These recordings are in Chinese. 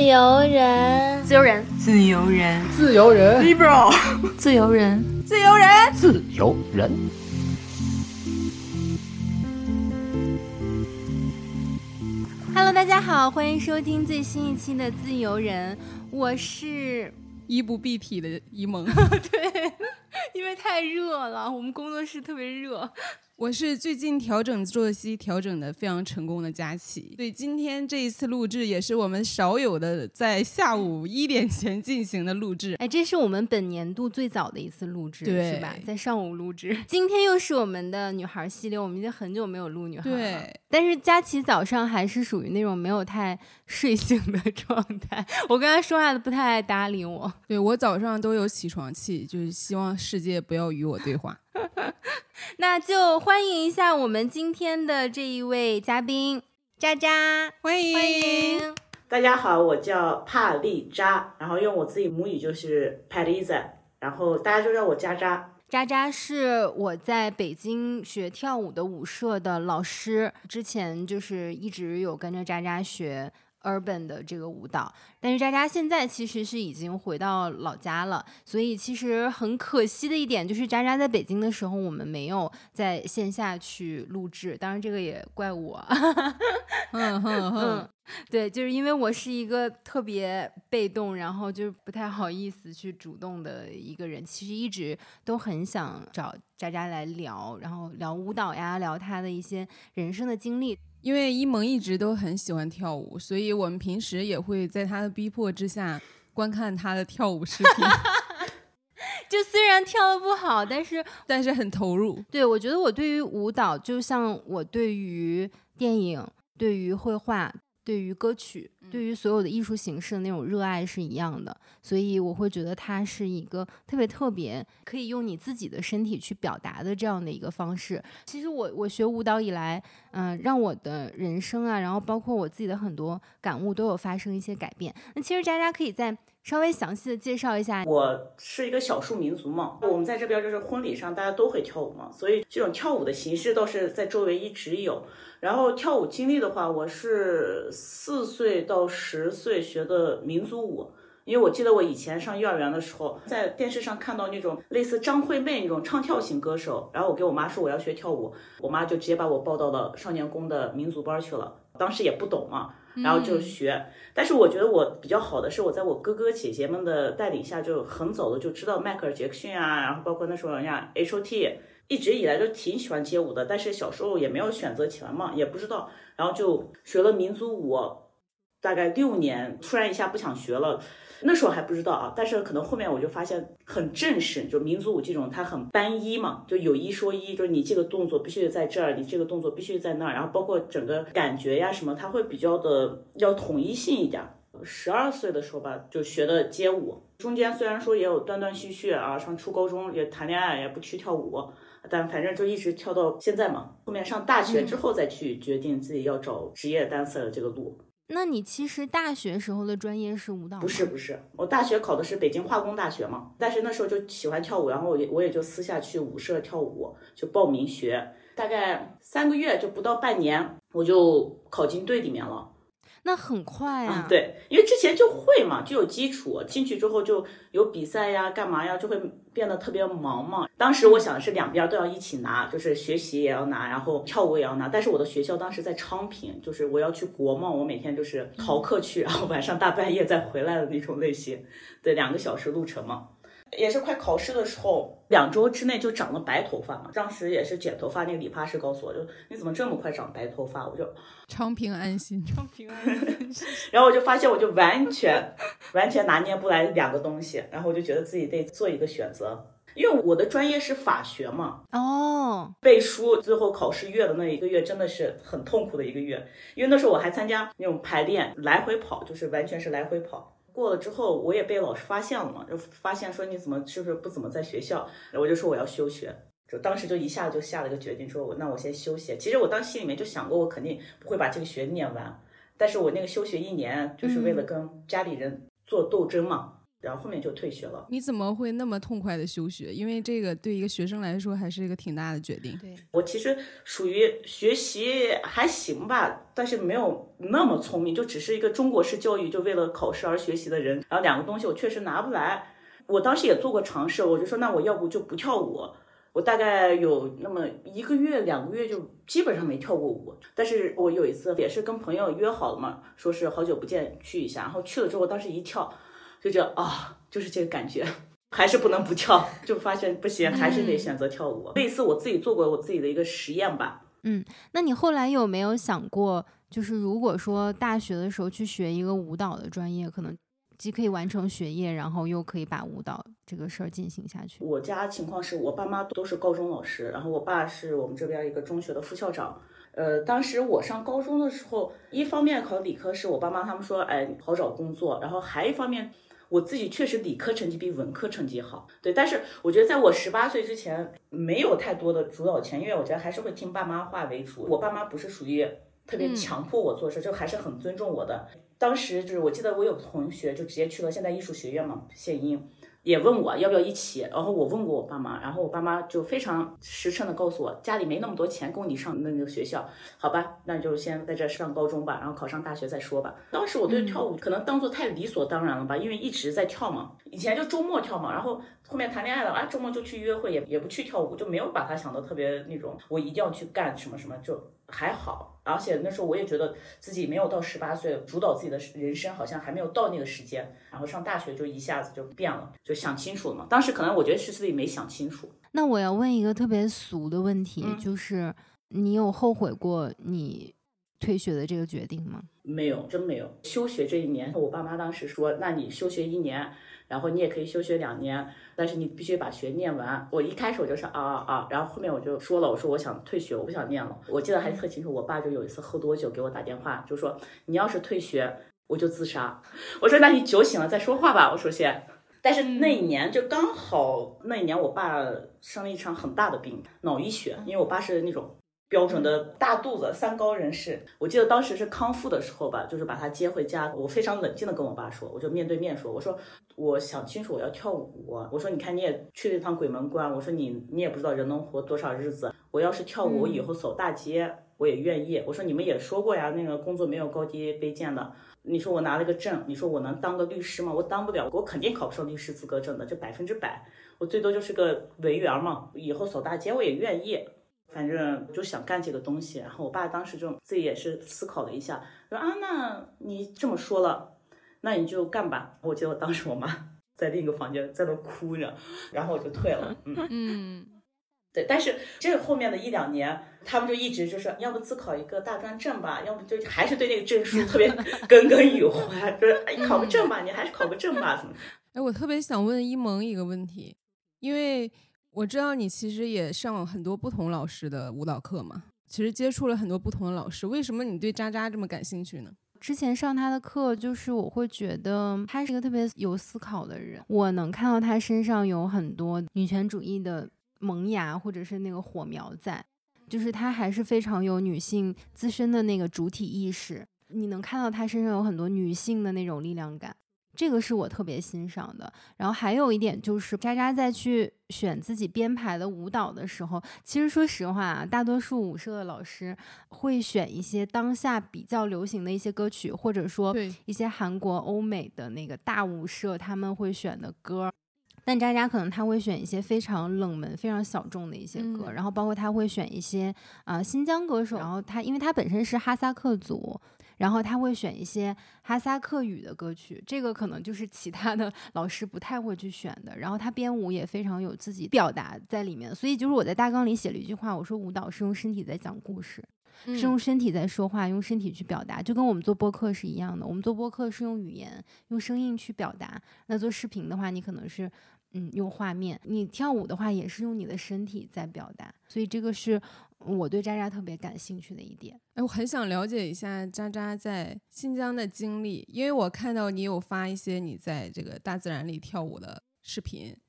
由人， 自由人， 自由人， 自由人 liberal， 自由人， 自由人， 自由人。 Hello， 大家好，欢迎收听最新一期的自由人，我是衣不蔽体的一萌。 对，因为太热了，我们工作室特别热。 我是最近调整作息调整的非常成功的佳琪。对，今天这一次录制也是我们少有的在下午1点前进行的录制。 哎，这是我们本年度最早的一次录制，是吧？在上午录制。今天又是我们的女孩系列，我们已经很久没有录女孩了。 对， 但是佳琪早上还是属于那种没有太睡醒的状态，我跟她说话都不太爱搭理我。 对，我早上都有起床气，就是希望世界不要与我对话。 那就欢迎一下我们今天的这一位嘉宾渣渣， 欢迎。 大家好，我叫帕丽扎，然后用我自己母语就是 Paliza， 然后大家就叫我渣渣。 渣渣是我在北京学跳舞的舞社的老师，之前就是一直有跟着渣渣学urban 的这个舞蹈，但是渣渣现在其实是已经回到老家了，所以其实很可惜的一点就是渣渣在北京的时候我们没有在线下去录制，当然这个也怪我。对，就是因为我是一个特别被动，然后就不太好意思去主动的一个人，其实一直都很想找渣渣来聊，然后聊舞蹈呀，聊他的一些人生的经历。 因为一萌一直都很喜欢跳舞，所以我们平时也会在他的逼迫之下观看他的跳舞视频。 就虽然跳得不好，但是很投入。 对，我觉得我对于舞蹈就像我对于电影、对于绘画、对于歌曲、对于所有的艺术形式的那种热爱是一样的，所以我会觉得它是一个特别可以用你自己的身体去表达的这样的一个方式。其实我学舞蹈以来，让我的人生啊，然后包括我自己的很多感悟都有发生一些改变。那其实渣渣可以再稍微详细的介绍一下。 我是一个少数民族嘛，我们在这边就是婚礼上大家都会跳舞嘛，所以这种跳舞的形式倒是在周围一直有。然后跳舞经历的话，我是4岁到10岁学的民族舞，因为我记得我以前上幼儿园的时候，在电视上看到那种类似张惠妹那种唱跳型歌手，然后我给我妈说我要学跳舞，我妈就直接把我报到了少年宫的民族班去了，当时也不懂嘛，然后就学。但是我觉得我比较好的是我在我哥哥姐姐们的带领下，就很早的就知道迈克尔杰克逊啊，然后包括那时候人家 HOT， 一直以来就挺喜欢街舞的，但是小时候也没有选择权嘛，也不知道，然后就学了民族舞大概6年，突然一下不想学了，那时候还不知道啊，但是可能后面我就发现很正式，就民族舞这种它很单一嘛，就有一说一，就是你这个动作必须在这儿，你这个动作必须在那儿，然后包括整个感觉呀什么，它会比较的要统一性一点。12岁的时候吧，就学的街舞，中间虽然说也有断断续续啊，上初高中也谈恋爱，也不去跳舞，但反正就一直跳到现在嘛。后面上大学之后再去决定自己要找职业dancer的这个路。 那你其实大学时候的专业是舞蹈吗？ 不是，我大学考的是北京化工大学嘛，但是那时候就喜欢跳舞，然后我也就私下去舞社跳舞，就报名学，大概3个月就不到半年，我就考进队里面了。 那很快啊。 对，因为之前就会嘛，就有基础，进去之后就有比赛呀干嘛呀，就会变得特别忙嘛。当时我想的是两边都要一起拿，就是学习也要拿，然后跳舞也要拿，但是我的学校当时在昌平，就是我要去国贸，我每天就是逃课去，然后晚上大半夜再回来的那种类型。对，2个小时路程嘛。也是快考试的时候，2周之内就长了白头发嘛。当时也是剪头发，那个理发师告诉我，就你怎么这么快长白头发？我就昌平安心。 然后我就发现我就完全拿捏不来2个东西，然后我就觉得自己得做一个选择。因为我的专业是法学嘛，背书，最后考试月的那1个月真的是很痛苦的1个月，因为那时候我还参加那种排练，来回跑，就是完全是来回跑。过了之后我也被老师发现了嘛，就发现说你怎么是不是不怎么在学校，我就说我要休学，就当时就一下就下了个决定，说那我先休学。其实我当时心里面就想过我肯定不会把这个学念完，但是我那个休学1年就是为了跟家里人做斗争嘛， 然后后面就退学了。 你怎么会那么痛快的休学？因为这个对一个学生来说还是一个挺大的决定。 对， 我其实属于学习还行吧，但是没有那么聪明，就只是一个中国式教育就为了考试而学习的人。然后两个东西我确实拿不来，我当时也做过尝试，我就说那我要不就不跳舞。我大概有那么1个月2个月就基本上没跳过舞，但是我有一次也是跟朋友约好了嘛，说是好久不见去一下，然后去了之后当时一跳就觉得就是这个感觉，还是不能不跳，就发现不行，还是得选择跳舞。类似我自己做过我自己的一个实验吧。 那你后来有没有想过，就是如果说大学的时候去学一个舞蹈的专业，可能既可以完成学业，然后又可以把舞蹈这个事儿进行下去？ 我家情况是我爸妈都是高中老师，然后我爸是我们这边一个中学的副校长。当时我上高中的时候，一方面考理科是我爸妈他们说，好找工作，然后还一方面我自己确实理科成绩比文科成绩好，对。但是我觉得在我18岁之前没有太多的主导权，因为我觉得还是会听爸妈话为主。我爸妈不是属于特别强迫我做事，就还是很尊重我的。当时就是我记得我有同学就直接去了现代艺术学院嘛，现音。也问我要不要一起，然后我问过我爸妈，然后我爸妈就非常实诚的告诉我，家里没那么多钱供你上那个学校，好吧，那就先在这上高中吧，然后考上大学再说吧。当时我对跳舞可能当做太理所当然了吧，因为一直在跳嘛，以前就周末跳嘛，然后后面谈恋爱了，周末就去约会，也不去跳舞，就没有把它想的特别那种我一定要去干什么什么，就还好。而且那时候我也觉得自己没有到18岁主导自己的人生，好像还没有到那个时间。然后上大学就一下子就变了，就想清楚了嘛。当时可能我觉得是自己没想清楚。 那我要问一个特别俗的问题，就是你有后悔过你退学的这个决定吗？ 没有，真没有。休学这1年，我爸妈当时说，那你休学1年，然后你也可以休学2年，但是你必须把学念完。我一开始我就是然后后面我就说了，我说我想退学，我不想念了。我记得还特清楚，我爸就有一次喝多酒给我打电话，就说你要是退学我就自杀。我说那你酒醒了再说话吧，我说先。但是那一年就刚好那一年我爸生了一场很大的病，脑溢血，因为我爸是那种标准的大肚子3高人士。我记得当时是康复的时候吧，就是把他接回家，我非常冷静的跟我爸说，我就面对面说，我说我想清楚我要跳舞，我说你看你也去了一趟鬼门关，我说你也不知道人能活多少日子，我要是跳舞，我以后扫大街我也愿意。我说你们也说过呀，那个工作没有高低卑贱的，你说我拿了个证，你说我能当个律师吗？我当不了，我肯定考不上律师资格证的，这100%，我最多就是个文员嘛，以后扫大街我也愿意。反正就想干这个东西。然后我爸当时就自己也是思考了一下，说那你这么说了，那你就干吧。我记得我当时我妈在另一个房间在那哭着，然后我就退了。对。但是这后面的1、2年，他们就一直就是要不自考一个大专证吧，要不就还是对那个证书特别耿耿于怀，就是考个证吧，你还是考个证吧什么。 我特别想问一萌一个问题，因为我知道你其实也上了很多不同老师的舞蹈课嘛，其实接触了很多不同的老师，为什么你对渣渣这么感兴趣呢？ 之前上他的课，就是我会觉得他是一个特别有思考的人，我能看到他身上有很多女权主义的萌芽或者是那个火苗在，就是他还是非常有女性自身的那个主体意识，你能看到他身上有很多女性的那种力量感，这个是我特别欣赏的。然后还有一点就是渣渣在去选自己编排的舞蹈的时候，其实说实话啊，大多数舞社的老师会选一些当下比较流行的一些歌曲，或者说一些韩国欧美的那个大舞社他们会选的歌，但渣渣可能他会选一些非常冷门非常小众的一些歌，然后包括他会选一些新疆歌手，然后他因为他本身是哈萨克族，然后他会选一些哈萨克语的歌曲，这个可能就是其他的老师不太会去选的。然后他编舞也非常有自己表达在里面，所以就是我在大纲里写了一句话，我说舞蹈是用身体在讲故事，是用身体在说话，用身体去表达，就跟我们做播客是一样的。我们做播客是用语言用声音去表达，那做视频的话你可能是用画面，你跳舞的话也是用你的身体在表达，所以这个是我对渣渣特别感兴趣的一点。 我很想了解一下渣渣在新疆的经历，因为我看到你有发一些你在这个大自然里跳舞的视频，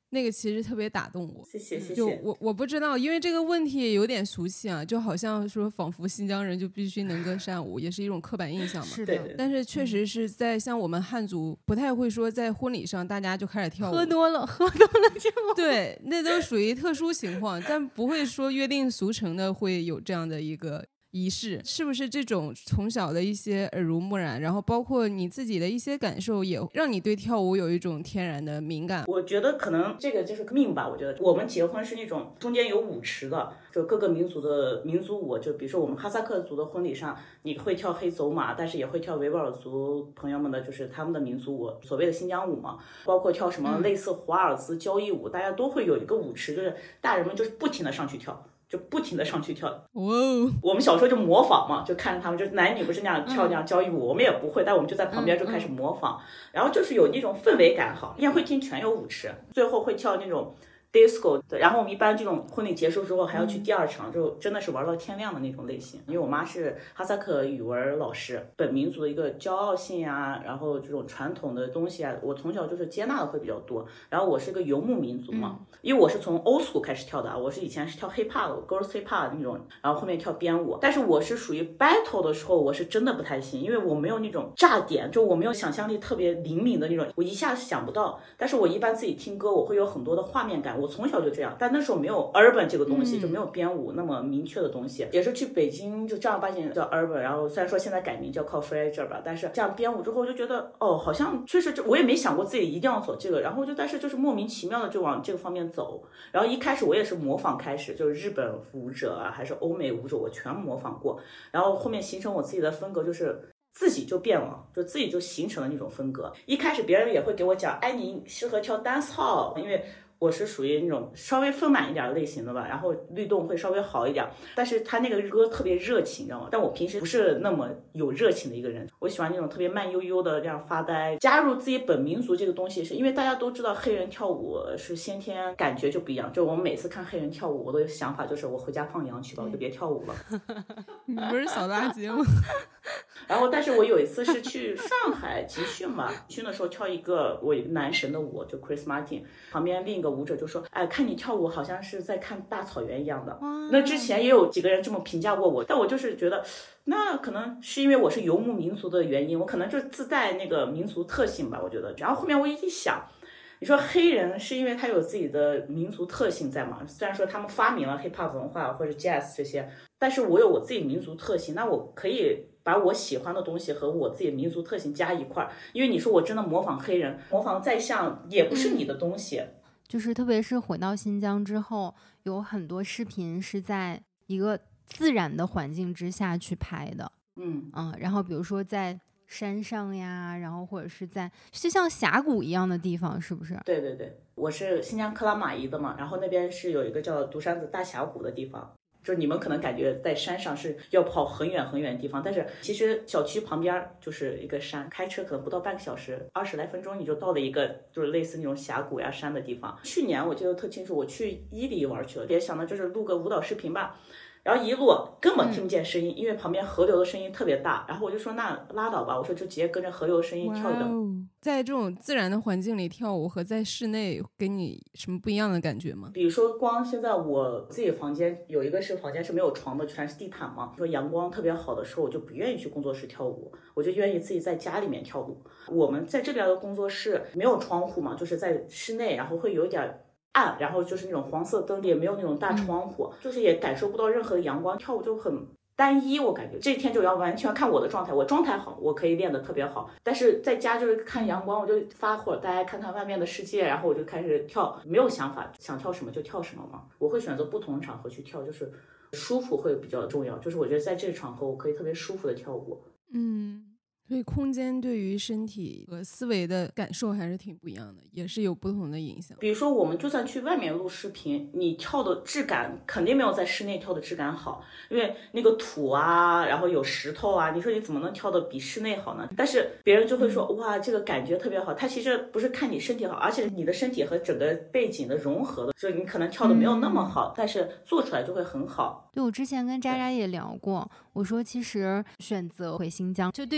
那个其实特别打动我。 谢谢谢谢。 就我不知道，因为这个问题有点俗气啊，就好像说仿佛新疆人就必须能歌善舞，也是一种刻板印象嘛。 是的， 但是确实是在像我们汉族不太会说在婚礼上大家就开始跳舞， 喝多了就对，那都属于特殊情况，但不会说约定俗成的会有这样的一个仪式。是不是这种从小的一些耳濡目染，然后包括你自己的一些感受，也让你对跳舞有一种天然的敏感？ 我觉得可能这个就是命吧。我觉得我们结婚是那种中间有舞池的，就各个民族的民族舞，就比如说我们哈萨克族的婚礼上，你会跳黑走马，但是也会跳维吾尔族朋友们的就是他们的民族舞，所谓的新疆舞嘛，包括跳什么类似华尔兹交谊舞，大家都会有一个舞池，就是大人们就是不停的上去跳。就不停的上去跳，我们小时候就模仿嘛，就看着他们，就男女不是那样跳那样交谊舞，我们也不会，但我们就在旁边就开始模仿，然后就是有那种氛围感好。宴会厅全有舞池，最后会跳那种disco， 然后我们一般这种婚礼结束之后还要去第二场，就真的是玩到天亮的那种类型。因为我妈是哈萨克语文老师，本民族的一个骄傲性啊，然后这种传统的东西啊，我从小就是接纳的会比较多。然后我是个游牧民族嘛，因为我是从 old school 开始跳的，我是以前是跳 hip hop girls hip hop 那种，然后后面跳编舞。但是我是属于 battle 的时候，我是真的不太行，因为我没有那种炸点，就我没有想象力特别灵敏的那种，我一下想不到。但是我一般自己听歌，我会有很多的画面感，我从小就这样。但那时候没有 urban 这个东西，就没有编舞那么明确的东西，也是去北京就正儿八经叫 urban， 然后虽然说现在改名叫 call Fraser 吧，但是这样编舞之后就觉得好像确实我也没想过自己一定要走这个，然后但是就是莫名其妙的就往这个方面走。然后一开始我也是模仿开始，就是日本舞者啊还是欧美舞者我全模仿过，然后后面形成我自己的风格，就是自己就变了，就自己就形成了那种风格。一开始别人也会给我讲，哎，你适合跳 dance hall， 因为我是属于那种稍微丰满一点类型的吧，然后律动会稍微好一点，但是他那个歌特别热情，你知道吗？但我平时不是那么有热情的一个人，我喜欢那种特别慢悠悠的这样发呆。加入自己本民族这个东西，是因为大家都知道黑人跳舞是先天感觉就不一样，就我们每次看黑人跳舞，我的想法就是我回家放羊去吧，我就别跳舞了。 你不是扫大街吗？ 然后但是我有一次是去上海集训吧，集训的时候跳一个我一个男神的舞，就 Chris Martin， 旁边另一个舞者就说，哎，看你跳舞好像是在看大草原一样的。那之前也有几个人这么评价过我，但我就是觉得那可能是因为我是游牧民族的原因，我可能就自带那个民族特性吧，我觉得。然后后面我一想，你说黑人是因为他有自己的民族特性在嘛，虽然说他们发明了 hip hop 文化或者 jazz 这些，但是我有我自己民族特性，那我可以把我喜欢的东西和我自己的民族特性加一块儿。因为你说我真的模仿黑人，模仿再像也不是你的东西。 就是特别是回到新疆之后，有很多视频是在一个自然的环境之下去拍的。然后比如说在山上呀，然后或者是在就像峡谷一样的地方，是不是？ 对对对，我是新疆克拉玛依的嘛，然后那边是有一个叫独山子大峡谷的地方，就是你们可能感觉在山上是要跑很远很远的地方，但是其实小区旁边就是一个山，开车可能不到半个小时，20来分钟你就到了一个就是类似那种峡谷呀山的地方。去年我记得特清楚，我去伊犁玩去了，也想的就是录个舞蹈视频吧，然后一路根本听不见声音，因为旁边河流的声音特别大，然后我就说那拉倒吧，我说就直接跟着河流的声音跳一跳。 在这种自然的环境里跳舞和在室内给你什么不一样的感觉吗？ 比如说光现在我自己房间有一个是房间是没有床的，全是地毯嘛，说阳光特别好的时候我就不愿意去工作室跳舞，我就愿意自己在家里面跳舞。我们在这边的工作室没有窗户嘛，就是在室内，然后会有点暗，然后就是那种黄色灯，也没有那种大窗户，就是也感受不到任何的阳光，跳舞就很单一。我感觉这一天就要完全看我的状态，我状态好我可以练得特别好，但是在家就是看阳光，我就发会儿呆，看看外面的世界，然后我就开始跳，没有想法，想跳什么就跳什么嘛。我会选择不同的场合去跳，就是舒服会比较重要，就是我觉得在这个场合我可以特别舒服的跳舞。 所以空间对于身体和思维的感受还是挺不一样的，也是有不同的影响。 比如说我们就算去外面录视频，你跳的质感肯定没有在室内跳的质感好，因为那个土啊，然后有石头啊，你说你怎么能跳的比室内好呢？但是别人就会说哇这个感觉特别好，它其实不是看你身体好，而且你的身体和整个背景的融合的，所以你可能跳的没有那么好，但是做出来就会很好。 对，我之前跟渣渣也聊过，我说其实选择回新疆，就对于学生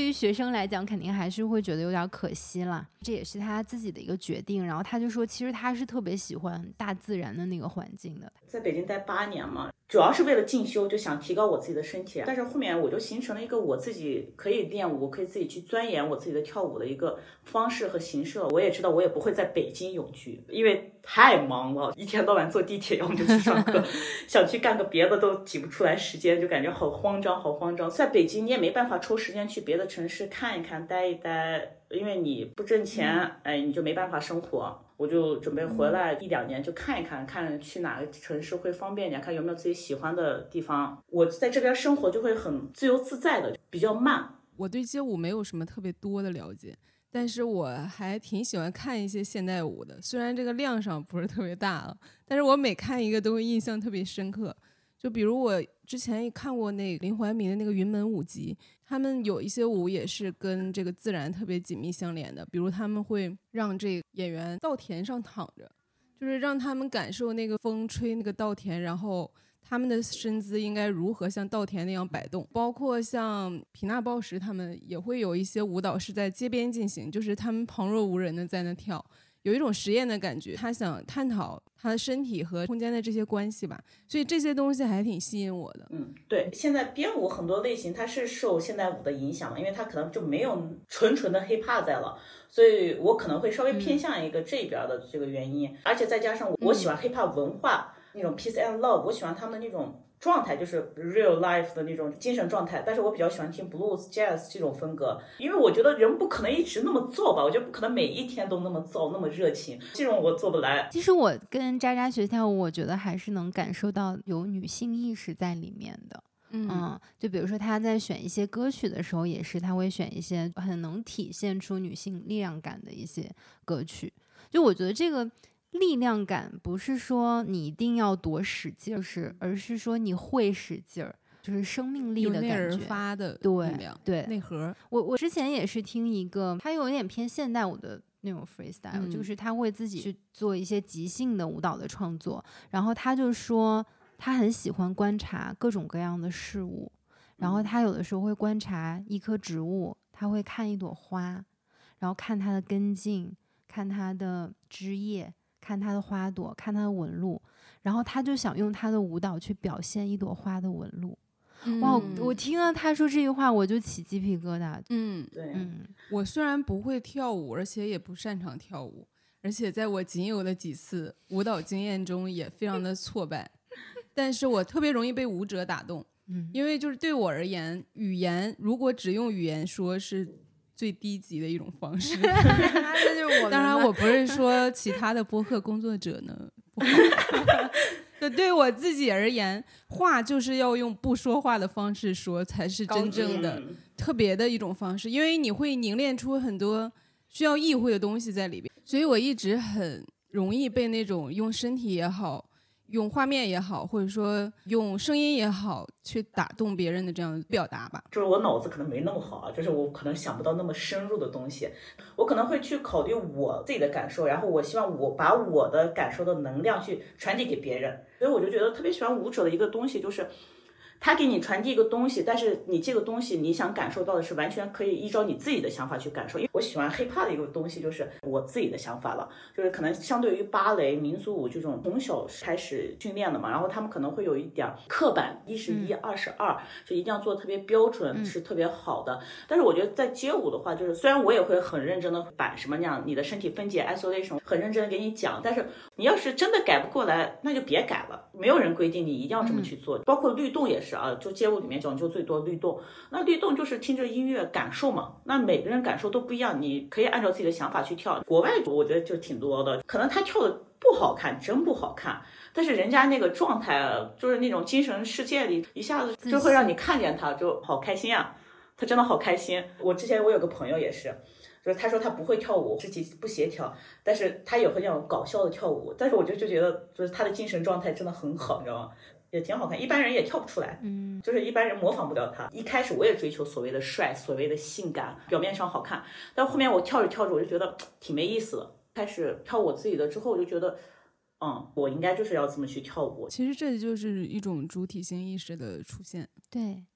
生来讲肯定还是会觉得有点可惜啦，这也是他自己的一个决定。然后他就说其实他是特别喜欢大自然的那个环境的。 在北京待8年嘛，主要是为了进修，就想提高我自己的身体，但是后面我就形成了一个我自己可以练舞，可以自己去钻研我自己的跳舞的一个方式和形式了。我也知道我也不会在北京永居，因为太忙了，一天到晚坐地铁，要么就去上课想去干个别的都挤不出来时间，就感觉好慌张好慌张。在北京你也没办法抽时间去别的城市看一看待一待，因为你不挣钱，你就没办法生活。我就准备回来1-2年就看一看，看去哪个城市会方便一点，看有没有自己喜欢的地方。我在这边生活就会很自由自在的，比较慢。 我对街舞没有什么特别多的了解，但是我还挺喜欢看一些现代舞的，虽然这个量上不是特别大了，但是我每看一个都会印象特别深刻。就比如我之前也看过那林怀民的那个云门舞集，他们有一些舞也是跟这个自然特别紧密相连的，比如他们会让这个演员稻田上躺着，就是让他们感受那个风吹那个稻田，然后他们的身姿应该如何像稻田那样摆动。包括像皮娜鲍什他们也会有一些舞蹈是在街边进行，就是他们旁若无人的在那跳，有一种实验的感觉，他想探讨他的身体和空间的这些关系吧，所以这些东西还挺吸引我的。 对，现在编舞很多类型它是受现代舞的影响，因为它可能就没有纯纯的 hiphop 在了，所以我可能会稍微偏向一个这边的这个原因，而且再加上我喜欢 hiphop 文化，那种 peace and love， 我喜欢他们的那种状态，就是 real life 的那种精神状态，但是我比较喜欢听 blues jazz 这种风格，因为我觉得人不可能一直那么燥吧，我觉得不可能每一天都那么燥那么热情，这种我做不来。 其实我跟渣渣学跳舞，我觉得还是能感受到有女性意识在里面的。就比如说他在选一些歌曲的时候，也是他会选一些很能体现出女性力量感的一些歌曲。就我觉得这个力量感不是说你一定要多使劲儿，而是说你会使劲儿，就是生命力的感觉， 有内而发的力量， 对内核。 我之前也是听一个，他有点偏现代舞的那种 freestyle，就是他会自己去做一些即兴的舞蹈的创作，然后他就说他很喜欢观察各种各样的事物，然后他有的时候会观察一棵植物，他会看一朵花，然后看它的根茎，看它的枝叶，看它的花朵，看它的纹路，然后他就想用他的舞蹈去表现一朵花的纹路。哇，我听了他说这句话我就起鸡皮疙瘩。 对， 我虽然不会跳舞，而且也不擅长跳舞，而且在我仅有的几次舞蹈经验中也非常的挫败，但是我特别容易被舞者打动。因为就是对我而言，语言如果只用语言说是最低级的一种方式。 这就是我当然我不是说其他的播客工作者呢不好。对我自己而言，话就是要用不说话的方式说才是真正的特别的一种方式，因为你会凝练出很多需要意会的东西在里边。所以我一直很容易被那种用身体也好，用画面也好，或者说用声音也好去打动别人的这样的表达吧。 就是我脑子可能没那么好啊，就是我可能想不到那么深入的东西，我可能会去考虑我自己的感受，然后我希望我把我的感受的能量去传递给别人。所以我就觉得特别喜欢舞者的一个东西，就是他给你传递一个东西，但是你这个东西你想感受到的是完全可以依照你自己的想法去感受。因为我喜欢 hiphop 的一个东西就是我自己的想法了，就是可能相对于芭蕾民族舞这种从小开始训练的嘛，然后他们可能会有一点刻板，1是1，2是2，就一定要做特别标准，是特别好的。但是我觉得在街舞的话，就是虽然我也会很认真的把什么那样你的身体分解 isolation 很认真的给你讲，但是你要是真的改不过来，那就别改了，没有人规定你一定要这么去做。包括律动也是啊，就街舞里面讲究最多律动，那律动就是听着音乐感受嘛，那每个人感受都不一样，你可以按照自己的想法去跳。国外我觉得就挺多的，可能他跳的不好看，真不好看，但是人家那个状态就是那种精神世界里一下子就会让你看见他就好开心啊，他真的好开心。我之前我有个朋友也是，就是他说他不会跳舞，肢体不协调，但是他也会那种搞笑的跳舞，但是我就觉得就是他的精神状态真的很好，你知道吗？也挺好看，一般人也跳不出来，就是一般人模仿不了他。一开始我也追求所谓的帅，所谓的性感，表面上好看，但后面我跳着跳着我就觉得挺没意思的。开始跳我自己的之后，我就觉得，我应该就是要这么去跳舞。 其实这就是一种主体性意识的出现。 对，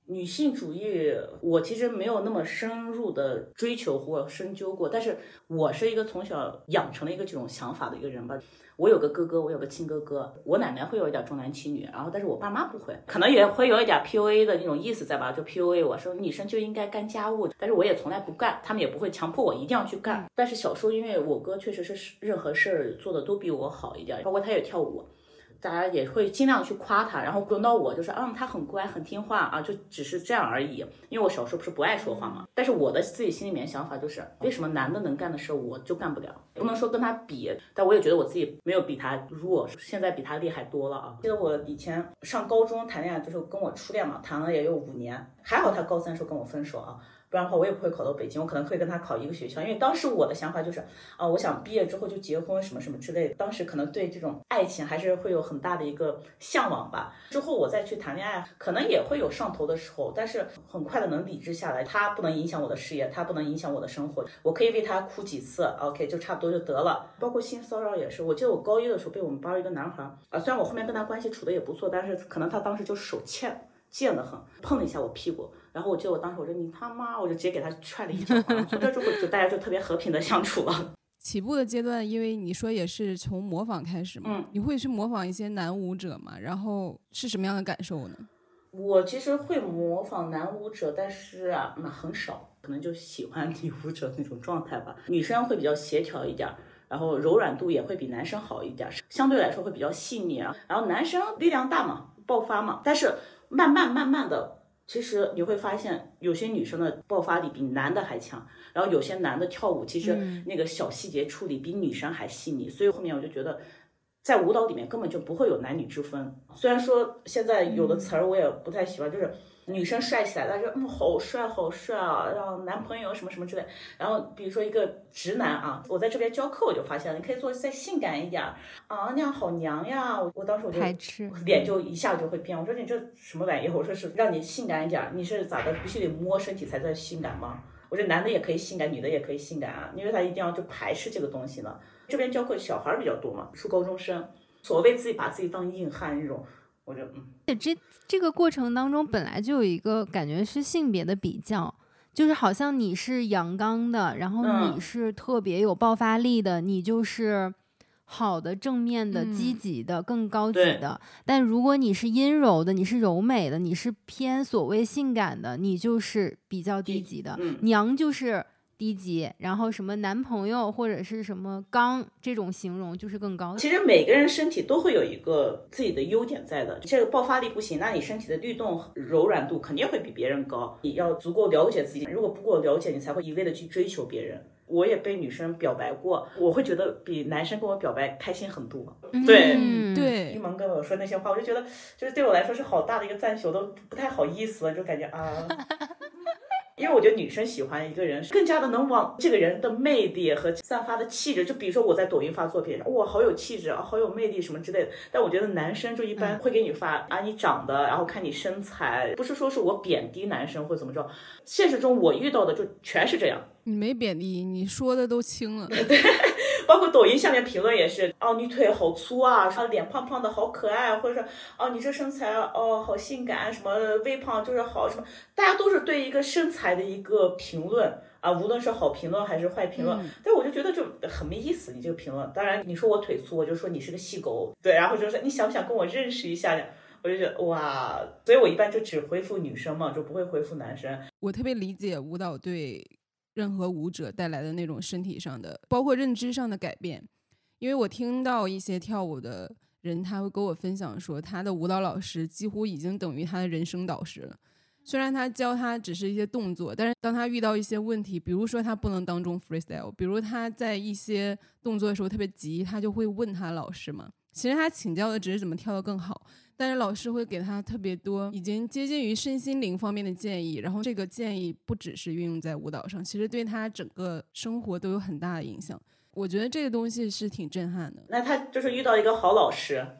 女性主义我其实没有那么深入的追求或深究过，但是我是一个从小养成了一个这种想法的一个人吧。我有个哥哥，我有个亲哥哥，我奶奶会有一点重男轻女，然后但是我爸妈不会，可能也会有一点 PUA 的那种意思在吧，就 PUA 我说女生就应该干家务，但是我也从来不干，他们也不会强迫我一定要去干。但是小时候因为我哥确实是任何事儿做的都比我好一点，包括他也跳舞，大家也会尽量去夸他，然后轮到我就是他很乖很听话啊，就只是这样而已。因为我小时候不是不爱说话嘛，但是我的自己心里面想法就是，为什么男的能干的事我就干不了？不能说跟他比，但我也觉得我自己没有比他弱，现在比他厉害多了啊。记得我以前上高中谈恋爱，就是跟我初恋嘛，谈了也有5年，还好他高3时候跟我分手啊。不然的话我也不会考到北京，我可能会跟他考一个学校，因为当时我的想法就是我想毕业之后就结婚什么什么之类的，当时可能对这种爱情还是会有很大的一个向往吧。之后我再去谈恋爱，可能也会有上头的时候，但是很快的能理智下来，他不能影响我的事业，他不能影响我的生活，我可以为他哭几次 OK 就差不多就得了。包括性骚扰也是，我记得我高1的时候被我们班一个男孩虽然我后面跟他关系处的也不错，但是可能他当时就手贱得很，碰了一下我屁股，然后我记得我当时我说你他妈，我就直接给他踹了一脚，从这之后就大家就特别和平的相处了。 起步的阶段，因为你说也是从模仿开始嘛，你会去模仿一些男舞者嘛？然后是什么样的感受呢？ 我其实会模仿男舞者，但是很少，可能就喜欢女舞者那种状态吧。女生会比较协调一点，然后柔软度也会比男生好一点，相对来说会比较细腻啊。然后男生力量大嘛，爆发嘛，但是慢慢的，其实你会发现有些女生的爆发力比男的还强，然后有些男的跳舞其实那个小细节处理比女生还细腻，所以后面我就觉得在舞蹈里面根本就不会有男女之分。虽然说现在有的词儿我也不太喜欢，就是女生帅起来，大家好帅好帅啊，然后男朋友什么什么之类。然后比如说一个直男我在这边教课我就发现了，你可以做再性感一点那样好娘呀。我当时我就脸就一下就会变，我说你这什么玩意，我说是让你性感一点，你是咋的，必须得摸身体才算性感吗？我觉得男的也可以性感，女的也可以性感啊，你为啥一定要就排斥这个东西呢？这边教课小孩比较多嘛，初高中生，所谓自己把自己当硬汉这种，我觉得这个过程当中本来就有一个感觉是性别的比较，就是好像你是阳刚的，然后你是特别有爆发力的，你就是好的、正面的、积极的、更高级的。但如果你是阴柔的，你是柔美的，你是偏所谓性感的，你就是比较低级的。娘就是低级，然后什么男朋友或者是什么刚这种形容就是更高。 其实每个人身体都会有一个自己的优点在的，这个爆发力不行，那你身体的律动柔软度肯定会比别人高。你要足够了解自己，如果不够了解，你才会一味的去追求别人。我也被女生表白过，我会觉得比男生跟我表白开心很多。对，一萌跟我说那些话，我就觉得就是对我来说是好大的一个赞许，我都不太好意思了，就感觉因为我觉得女生喜欢一个人更加的能往这个人的魅力和散发的气质，就比如说我在抖音发作品，哇好有气质好有魅力什么之类的，但我觉得男生就一般会给你发你长得，然后看你身材，不是说是我贬低男生或怎么着，现实中我遇到的就全是这样。 你没贬低，你说的都轻了。 对，包括抖音下面评论也是你腿好粗啊，脸胖胖的好可爱，或者是你这身材好性感，什么微胖就是好什么，大家都是对一个身材的一个评论无论是好评论还是坏评论，但我就觉得就很没意思，你这个评论。当然你说我腿粗，我就说你是个细狗，对，然后就说你想不想跟我认识一下，我就觉得哇，所以我一般就只回复女生嘛，就不会回复男生。 我特别理解舞蹈对任何舞者带来的那种身体上的包括认知上的改变，因为我听到一些跳舞的人他会跟我分享说，他的舞蹈老师几乎已经等于他的人生导师了。虽然他教他只是一些动作，但是当他遇到一些问题，比如说他不能当众 freestyle， 比如他在一些动作的时候特别急，他就会问他老师嘛，其实他请教的只是怎么跳得更好，但是老师会给他特别多已经接近于身心灵方面的建议，然后这个建议不只是运用在舞蹈上，其实对他整个生活都有很大的影响。我觉得这个东西是挺震撼的。 那他就是遇到一个好老师，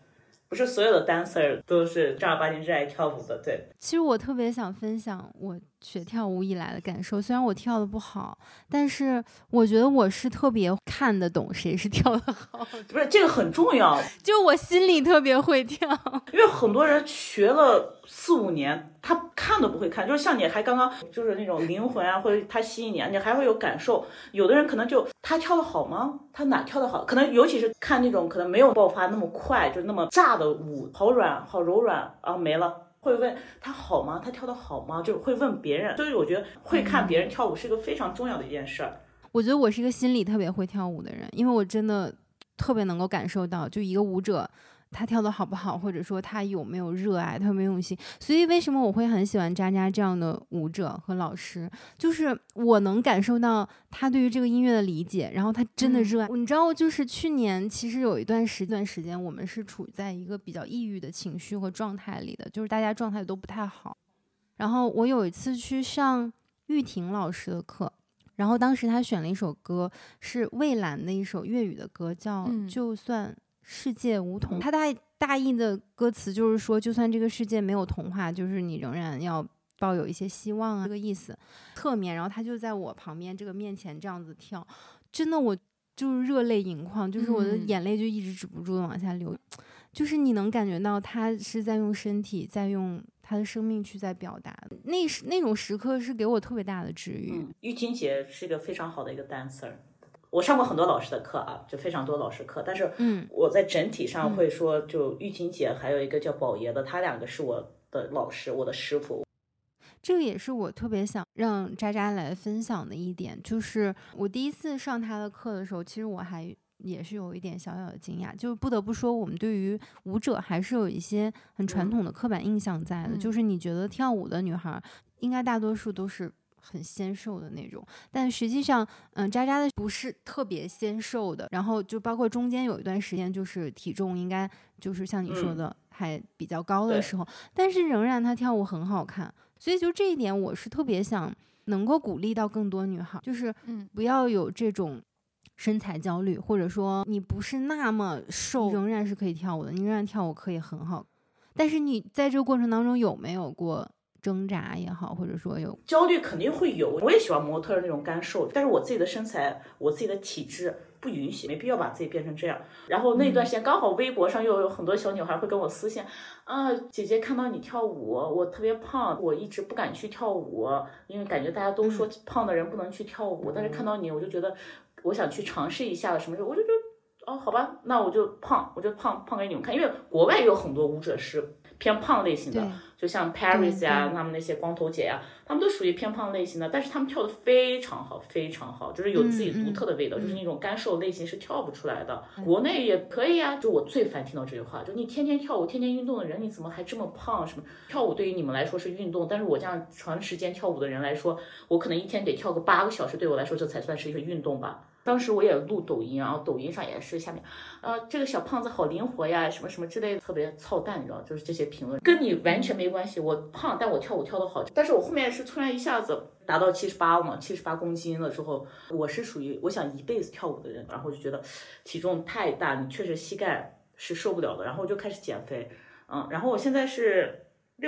不是所有的 dancer 都是正儿八经热爱跳舞的。对， 其实我特别想分享我学跳舞以来的感受，虽然我跳的不好，但是我觉得我是特别看得懂谁是跳的好， 不是这个很重要， 就我心里特别会跳。 因为很多人学了4-5年，他看都不会看，就是像你还刚刚就是那种灵魂啊，或者他吸引你，你还会有感受。有的人可能就他跳的好吗？他哪跳的好？可能尤其是看那种可能没有爆发那么快，就是那么炸的舞，好软好柔软啊，没了。会问他好吗？他跳的好吗？就是会问别人。所以我觉得会看别人跳舞是一个非常重要的一件事儿。 我觉得我是一个心里特别会跳舞的人，因为我真的特别能够感受到，就一个舞者他跳的好不好，或者说他有没有热爱，他有没有用心。所以为什么我会很喜欢渣渣这样的舞者和老师，就是我能感受到他对于这个音乐的理解，然后他真的热爱。你知道，就是去年其实有一段时间我们是处在一个比较抑郁的情绪和状态里的，就是大家状态都不太好。然后我有一次去上玉婷老师的课，然后当时他选了一首歌，是蔚蓝的一首粤语的歌，叫就算世界无童。他大意的歌词就是说，就算这个世界没有童话，就是你仍然要抱有一些希望啊，这个意思。侧面，然后他就在我旁边这个面前这样子跳，真的我就是热泪盈眶，就是我的眼泪就一直止不住的往下流。就是你能感觉到他是在用身体，在用他的生命去在表达的，那种时刻是给我特别大的治愈。 玉婷姐是一个非常好的一个 dancer。我上过很多老师的课啊，就非常多老师课，但是我在整体上会说，就玉婷姐还有一个叫宝爷的，他2个是我的老师，我的师傅。 这个也是我特别想让渣渣来分享的一点，就是我第一次上他的课的时候，其实我还也是有一点小小的惊讶，就是不得不说，我们对于舞者还是有一些很传统的刻板印象在的，就是你觉得跳舞的女孩应该大多数都是很纤瘦的那种，但实际上渣渣的不是特别纤瘦的，然后就包括中间有一段时间就是体重应该就是像你说的还比较高的时候，但是仍然她跳舞很好看，所以就这一点我是特别想能够鼓励到更多女孩，就是不要有这种身材焦虑，或者说你不是那么瘦仍然是可以跳舞的，你仍然跳舞可以很好，但是你在这个过程当中有没有过挣扎也好，或者说有焦虑？肯定会有，我也喜欢模特那种干瘦，但是我自己的身材我自己的体质不允许，没必要把自己变成这样。然后那段时间刚好微博上又有很多小女孩会跟我私信啊，姐姐看到你跳舞，我特别胖，我一直不敢去跳舞，因为感觉大家都说胖的人不能去跳舞，但是看到你我就觉得我想去尝试一下，什么时候我就觉得哦好吧，那我就胖给你们看，因为国外也有很多舞者是偏胖类型的，就像 Paris 呀，他们那些光头姐呀，他们都属于偏胖类型的，但是他们跳的非常好，非常好，就是有自己独特的味道，就是那种干瘦类型是跳不出来的。国内也可以啊，就我最烦听到这句话，就你天天跳舞、天天运动的人，你怎么还这么胖？什么跳舞对于你们来说是运动，但是我这样长时间跳舞的人来说，我可能一天得跳个8个小时，对我来说这才算是一个运动吧。当时我也录抖音，然后抖音上也是下面，这个小胖子好灵活呀，什么什么之类的，特别操蛋，你知道，就是这些评论跟你完全没关系。我胖，但我跳舞跳得好，但是我后面是突然一下子达到78嘛，78公斤了之后，我是属于我想一辈子跳舞的人，然后就觉得体重太大，你确实膝盖是受不了的，然后就开始减肥，然后我现在是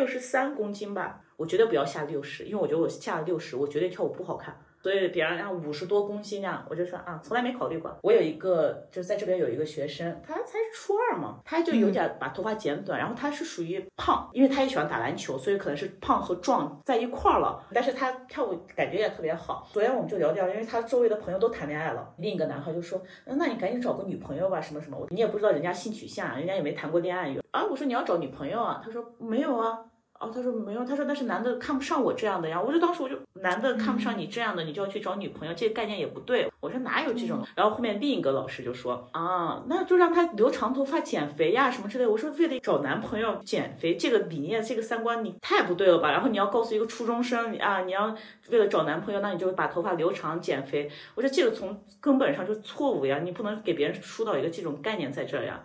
63公斤吧，我绝对不要下60，因为我觉得我下了60，我绝对跳舞不好看。所以别人让50多公斤啊，我就说啊，从来没考虑过。我有一个就是在这边有一个学生，他才是初2嘛，他就有点把头发剪短，然后他是属于胖，因为他也喜欢打篮球，所以可能是胖和壮在一块儿了。但是他跳舞感觉也特别好。昨天我们就聊天，因为他周围的朋友都谈恋爱了，另一个男孩就说，那你赶紧找个女朋友吧，什么什么，你也不知道人家性取向，人家也没谈过恋爱啊。我说你要找女朋友啊，他说没有啊。他说没有，他说但是男的看不上我这样的呀，当时我就男的看不上你这样的，你就要去找女朋友，这个概念也不对。我说哪有这种？然后后面另一个老师就说那就让他留长头发减肥呀什么之类的。我说为了找男朋友减肥，这个理念这个三观你太不对了吧？然后你要告诉一个初中生你要为了找男朋友，那你就把头发留长减肥。我说这个从根本上就错误呀，你不能给别人疏导一个这种概念在这儿呀。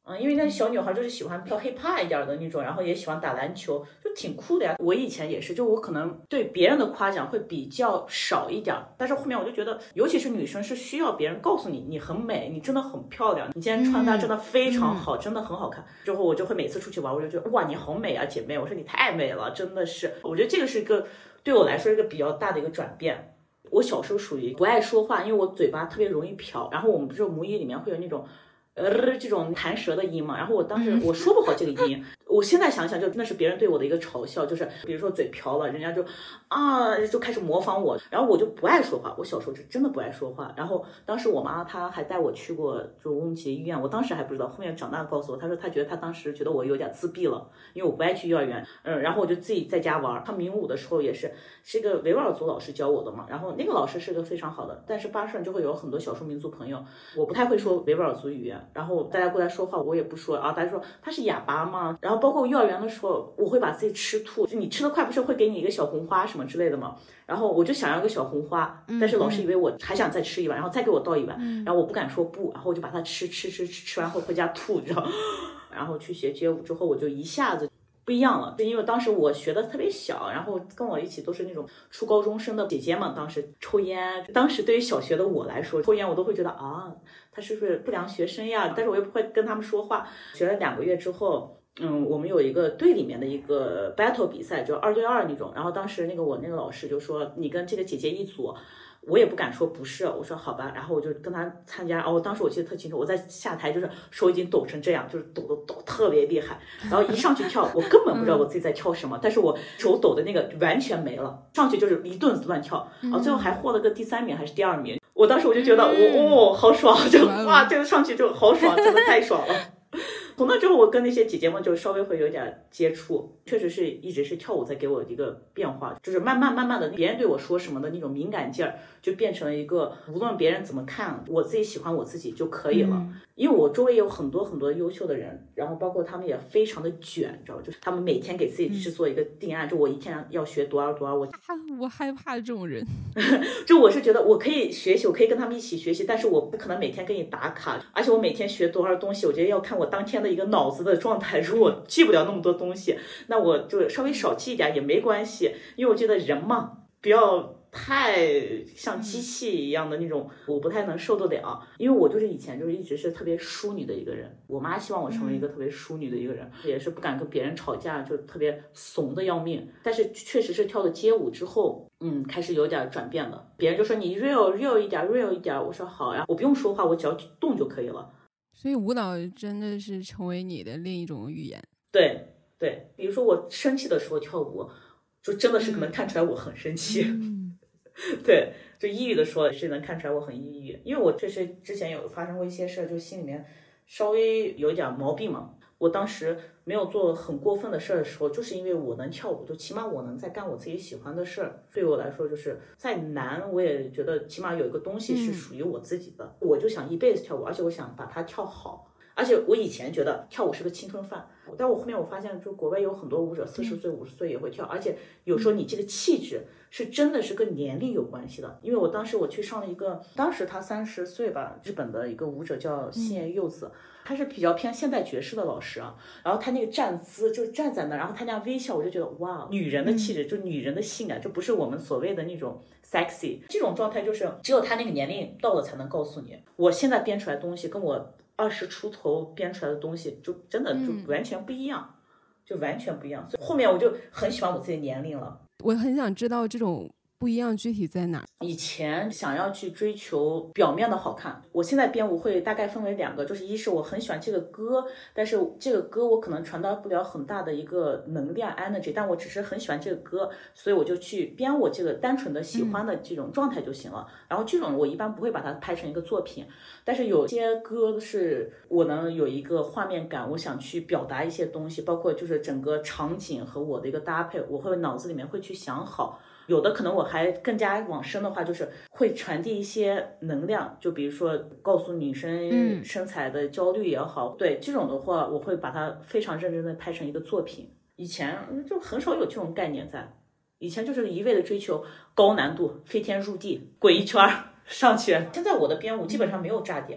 因为那小女孩就是喜欢跳 hiphop 一点的那种，然后也喜欢打篮球，就挺酷的呀。我以前也是，就我可能对别人的夸奖会比较少一点，但是后面我就觉得，尤其是女生是需要别人告诉你你很美，你真的很漂亮，你今天穿搭真的非常好，真的很好看。之后我就会每次出去玩，我就觉得哇，你好美啊，姐妹！我说你太美了，真的是。我觉得这个是一个对我来说一个比较大的一个转变。我小时候属于不爱说话，因为我嘴巴特别容易瓢，然后我们不是母语里面会有那种这种弹舌的音嘛，然后我当时我说不好这个音，我现在想想就那是别人对我的一个嘲笑，就是比如说嘴瓢了，人家就开始模仿我，然后我就不爱说话，我小时候是真的不爱说话。然后当时我妈她还带我去过就乌鲁木齐医院，我当时还不知道，后面长大告诉我，她说她觉得她当时觉得我有点自闭了，因为我不爱去幼儿园，然后我就自己在家玩。她民舞的时候也是一个维吾尔族老师教我的嘛，然后那个老师是个非常好的，但是巴士上就会有很多少数民族朋友，我不太会说维吾尔族语言，然后大家过来说话我也不说啊，大家说他是哑巴吗？然后包括幼儿园的时候，我会把自己吃吐，就你吃得快不是会给你一个小红花什么之类的吗？然后我就想要一个小红花，但是老师以为我还想再吃一碗，然后再给我倒一碗，然后我不敢说不，然后我就把它吃完后回家吐，你知道？然后去学街舞之后，我就一下子不一样了，就因为当时我学的特别小，然后跟我一起都是那种初高中生的姐姐们，当时抽烟，当时对于小学的我来说，抽烟我都会觉得啊，他是不是不良学生呀？但是我又不会跟他们说话。学了2个月之后，我们有一个队里面的一个 battle 比赛，就2对2那种，然后当时我那个老师就说你跟这个姐姐一组。我也不敢说不是，我说好吧，然后我就跟他参加。当时我记得特清楚，我在下台就是手已经抖成这样，就是抖特别厉害。然后一上去跳，我根本不知道我自己在跳什么，但是我手抖的那个完全没了，上去就是一顿乱跳，最后还获了个第3名还是第2名。我当时我就觉得好爽，就哇，这个上去就好爽，真的太爽了。从那之后，我跟那些姐姐们就稍微会有点接触，确实是一直是跳舞在给我一个变化，就是慢慢的，别人对我说什么的那种敏感劲儿，就变成了一个无论别人怎么看，我自己喜欢我自己就可以了。因为我周围有很多很多优秀的人，然后包括他们也非常的卷，你知道吗？就是他们每天给自己制作一个定案，就我一天要学多少， 我害怕这种人。 就我是觉得我可以学习，我可以跟他们一起学习，但是我不可能每天给你打卡，而且我每天学多少东西，我觉得要看我当天的一个脑子的状态。如果记不了那么多东西，那我就稍微少记一点也没关系，因为我觉得人嘛，不要太像机器一样的那种，我不太能受得了。因为我就是以前就是一直是特别淑女的一个人，我妈希望我成为一个特别淑女的一个人，也是不敢跟别人吵架，就特别怂的要命。但是确实是跳了街舞之后，开始有点转变了。别人就说你 real 一点，我说好呀，我不用说话，我只要动就可以了。 所以舞蹈真的是成为你的另一种语言。 对，比如说我生气的时候跳舞，就真的是能看出来我很生气。对，就抑郁的时候是能看出来我很抑郁，因为我确实之前有发生过一些事，就心里面稍微有一点毛病嘛。我当时没有做很过分的事的时候，就是因为我能跳舞，就起码我能在干我自己喜欢的事儿。对我来说，就是再难，我也觉得起码有一个东西是属于我自己的。我就想一辈子跳舞，而且我想把它跳好。而且我以前觉得跳舞是个青春饭，但我后面我发现，就国外有很多舞者40岁、50岁也会跳，而且有时候你这个气质是真的是跟年龄有关系的。因为我当时我去上了一个，当时他30岁吧，日本的一个舞者叫细叶柚子，他是比较偏现代爵士的老师啊。然后他那个站姿就站在那，然后他那样微笑，我就觉得哇，女人的气质，就女人的性感，就不是我们所谓的那种 sexy 这种状态，就是只有他那个年龄到了才能告诉你。我现在编出来的东西跟我20出头编出来的东西就真的就完全不一样，就完全不一样。所以后面我就很喜欢我自己的年龄了。 我很想知道这种不一样具体在哪。 以前想要去追求表面的好看，我现在编舞会大概分为2个，就是一是我很喜欢这个歌，但是这个歌我可能传达不了很大的一个能量 energy， 但我只是很喜欢这个歌，所以我就去编我这个单纯的喜欢的这种状态就行了。然后这种我一般不会把它拍成一个作品，但是有些歌是我能有一个画面感，我想去表达一些东西，包括就是整个场景和我的一个搭配，我会脑子里面会去想好。有的可能我还更加往深的话，就是会传递一些能量，就比如说告诉女生身材的焦虑也好，对这种的话，我会把它非常认真的拍成一个作品。以前就很少有这种概念在，以前就是一味的追求高难度，飞天入地，滚一圈上去。现在我的编舞基本上没有炸点。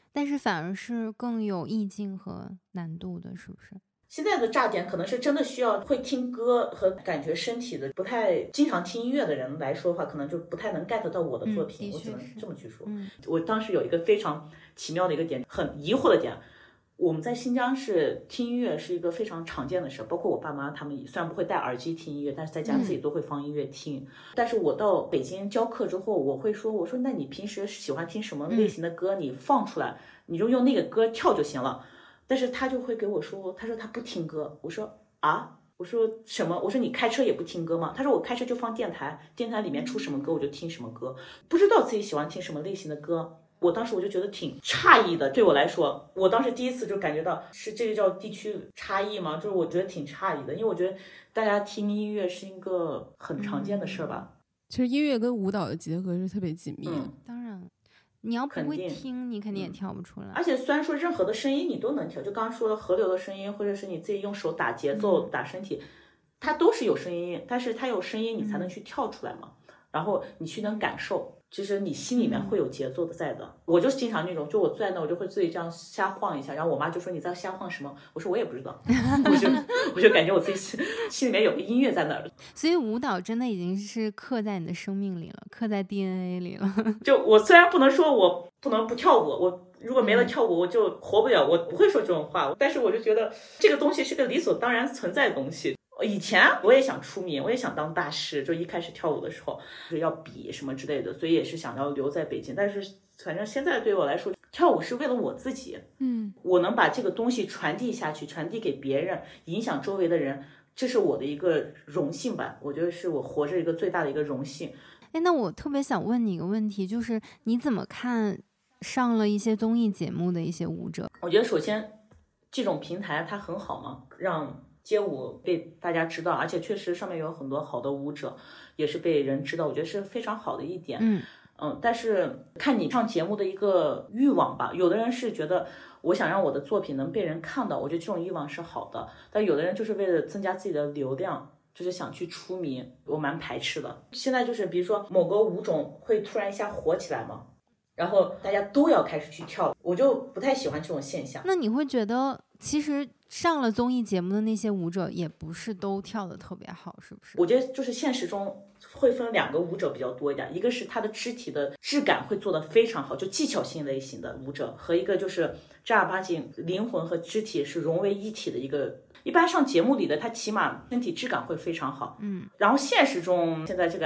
但是反而是更有意境和难度的，是不是？ 现在的炸点可能是真的需要会听歌和感觉身体的，不太经常听音乐的人来说的话，可能就不太能 get 到我的作品，我只能这么去说。我当时有一个非常奇妙的一个点，很疑惑的点。我们在新疆是听音乐是一个非常常见的事，包括我爸妈他们虽然不会戴耳机听音乐，但是在家自己都会放音乐听。但是我到北京教课之后，我说那你平时喜欢听什么类型的歌，你放出来，你就用那个歌跳就行了。但是他就会给我说，他说他不听歌。我说啊，我说什么？我说你开车也不听歌吗？他说我开车就放电台，电台里面出什么歌我就听什么歌，不知道自己喜欢听什么类型的歌。我当时我就觉得挺诧异的，对我来说，我当时第一次就感觉到是这个叫地区差异吗？就是我觉得挺诧异的，因为我觉得大家听音乐是一个很常见的事吧。 其实音乐跟舞蹈的结合是特别紧密的。 当然。你要不会听，你肯定也跳不出来。 而且虽然说任何的声音你都能跳，就刚刚说的河流的声音，或者是你自己用手打节奏、打身体，它都是有声音，但是它有声音你才能去跳出来嘛。然后你去能感受，其实你心里面会有节奏的在的。我就经常那种，就我坐在那，我就会自己这样瞎晃一下，然后我妈就说你在瞎晃什么？我说我也不知道，我就感觉我自己心里面有个音乐在那儿。 所以舞蹈真的已经是刻在你的生命里了，刻在 DNA 里了。 就我虽然不能说我不能不跳舞，我如果没了跳舞我就活不了，我不会说这种话，但是我就觉得这个东西是个理所当然存在的东西。以前我也想出名，我也想当大师，就一开始跳舞的时候就是要比什么之类的，所以也是想要留在北京。但是反正现在对我来说，跳舞是为了我自己，我能把这个东西传递下去，传递给别人，影响周围的人，这是我的一个荣幸吧，我觉得是我活着一个最大的一个荣幸。 那我特别想问你一个问题，就是你怎么看上了一些综艺节目的一些舞者？ 我觉得首先这种平台它很好嘛，让街舞被大家知道，而且确实上面有很多好的舞者也是被人知道，我觉得是非常好的一点。但是看你上节目的一个欲望吧，有的人是觉得我想让我的作品能被人看到，我觉得这种欲望是好的，但有的人就是为了增加自己的流量，就是想去出名，我蛮排斥的。现在就是比如说某个舞种会突然一下火起来嘛，然后大家都要开始去跳，我就不太喜欢这种现象。 那你会觉得其实上了综艺节目的那些舞者也不是都跳得特别好，是不是？ 我觉得就是现实中会分两个舞者比较多一点，一个是他的肢体的质感会做得非常好，就技巧性类型的舞者，和一个就是正儿八经灵魂和肢体是融为一体的一个。一般上节目里的他起码身体质感会非常好，然后现实中现在这个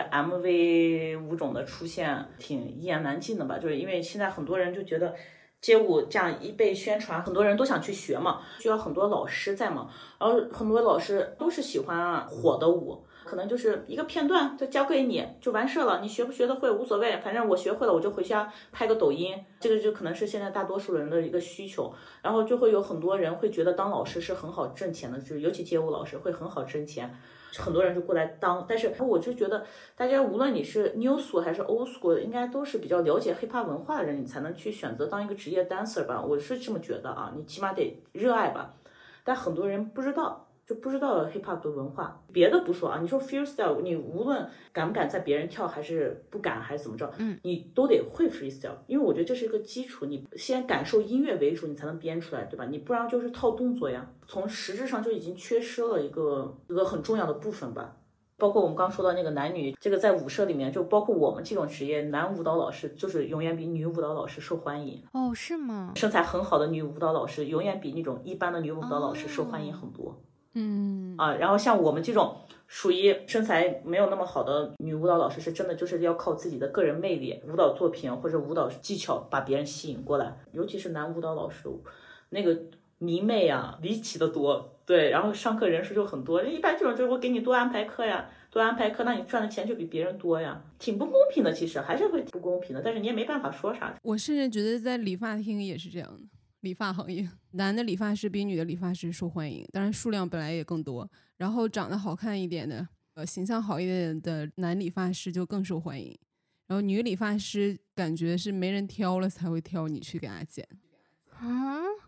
MV 舞种的出现挺一言难尽的吧，就是因为现在很多人就觉得街舞这样一被宣传，很多人都想去学嘛，需要很多老师在嘛，然后很多老师都是喜欢火的舞，可能就是一个片段就交给你就完事了，你学不学得会无所谓，反正我学会了我就回家拍个抖音，这个就可能是现在大多数人的一个需求。然后就会有很多人会觉得当老师是很好挣钱的，就是尤其街舞老师会很好挣钱，很多人就过来当。但是我就觉得大家无论你是 new school 还是 old school， 应该都是比较了解 hiphop 文化的人，你才能去选择当一个职业 dancer 吧，我是这么觉得啊，你起码得热爱吧。但很多人不知道，就不知道 hiphop 的文化。别的不说啊，你说 freestyle， 你无论敢不敢在别人跳还是不敢还是怎么着，你都得会 freestyle， 因为我觉得这是一个基础，你先感受音乐为主，你才能编出来，对吧？你不然就是套动作呀，从实质上就已经缺失了一个很重要的部分吧。包括我们刚说到那个男女，这个在舞社里面，就包括我们这种职业，男舞蹈老师就是永远比女舞蹈老师受欢迎。 哦，是吗？ 身材很好的女舞蹈老师永远比那种一般的女舞蹈老师受欢迎很多。然后像我们这种属于身材没有那么好的女舞蹈老师，是真的就是要靠自己的个人魅力、舞蹈作品或者舞蹈技巧把别人吸引过来。尤其是男舞蹈老师，那个迷妹啊，离奇的多。对，然后上课人数就很多，一般这种就是我给你多安排课呀，多安排课，那你赚的钱就比别人多呀，挺不公平的，其实还是会不公平的，但是你也没办法说啥。 我甚至觉得在理发厅也是这样的，理发行业男的理发师比女的理发师受欢迎，当然数量本来也更多，然后长得好看一点的形象好一点的男理发师就更受欢迎，然后女理发师感觉是没人挑了才会挑你去给他剪。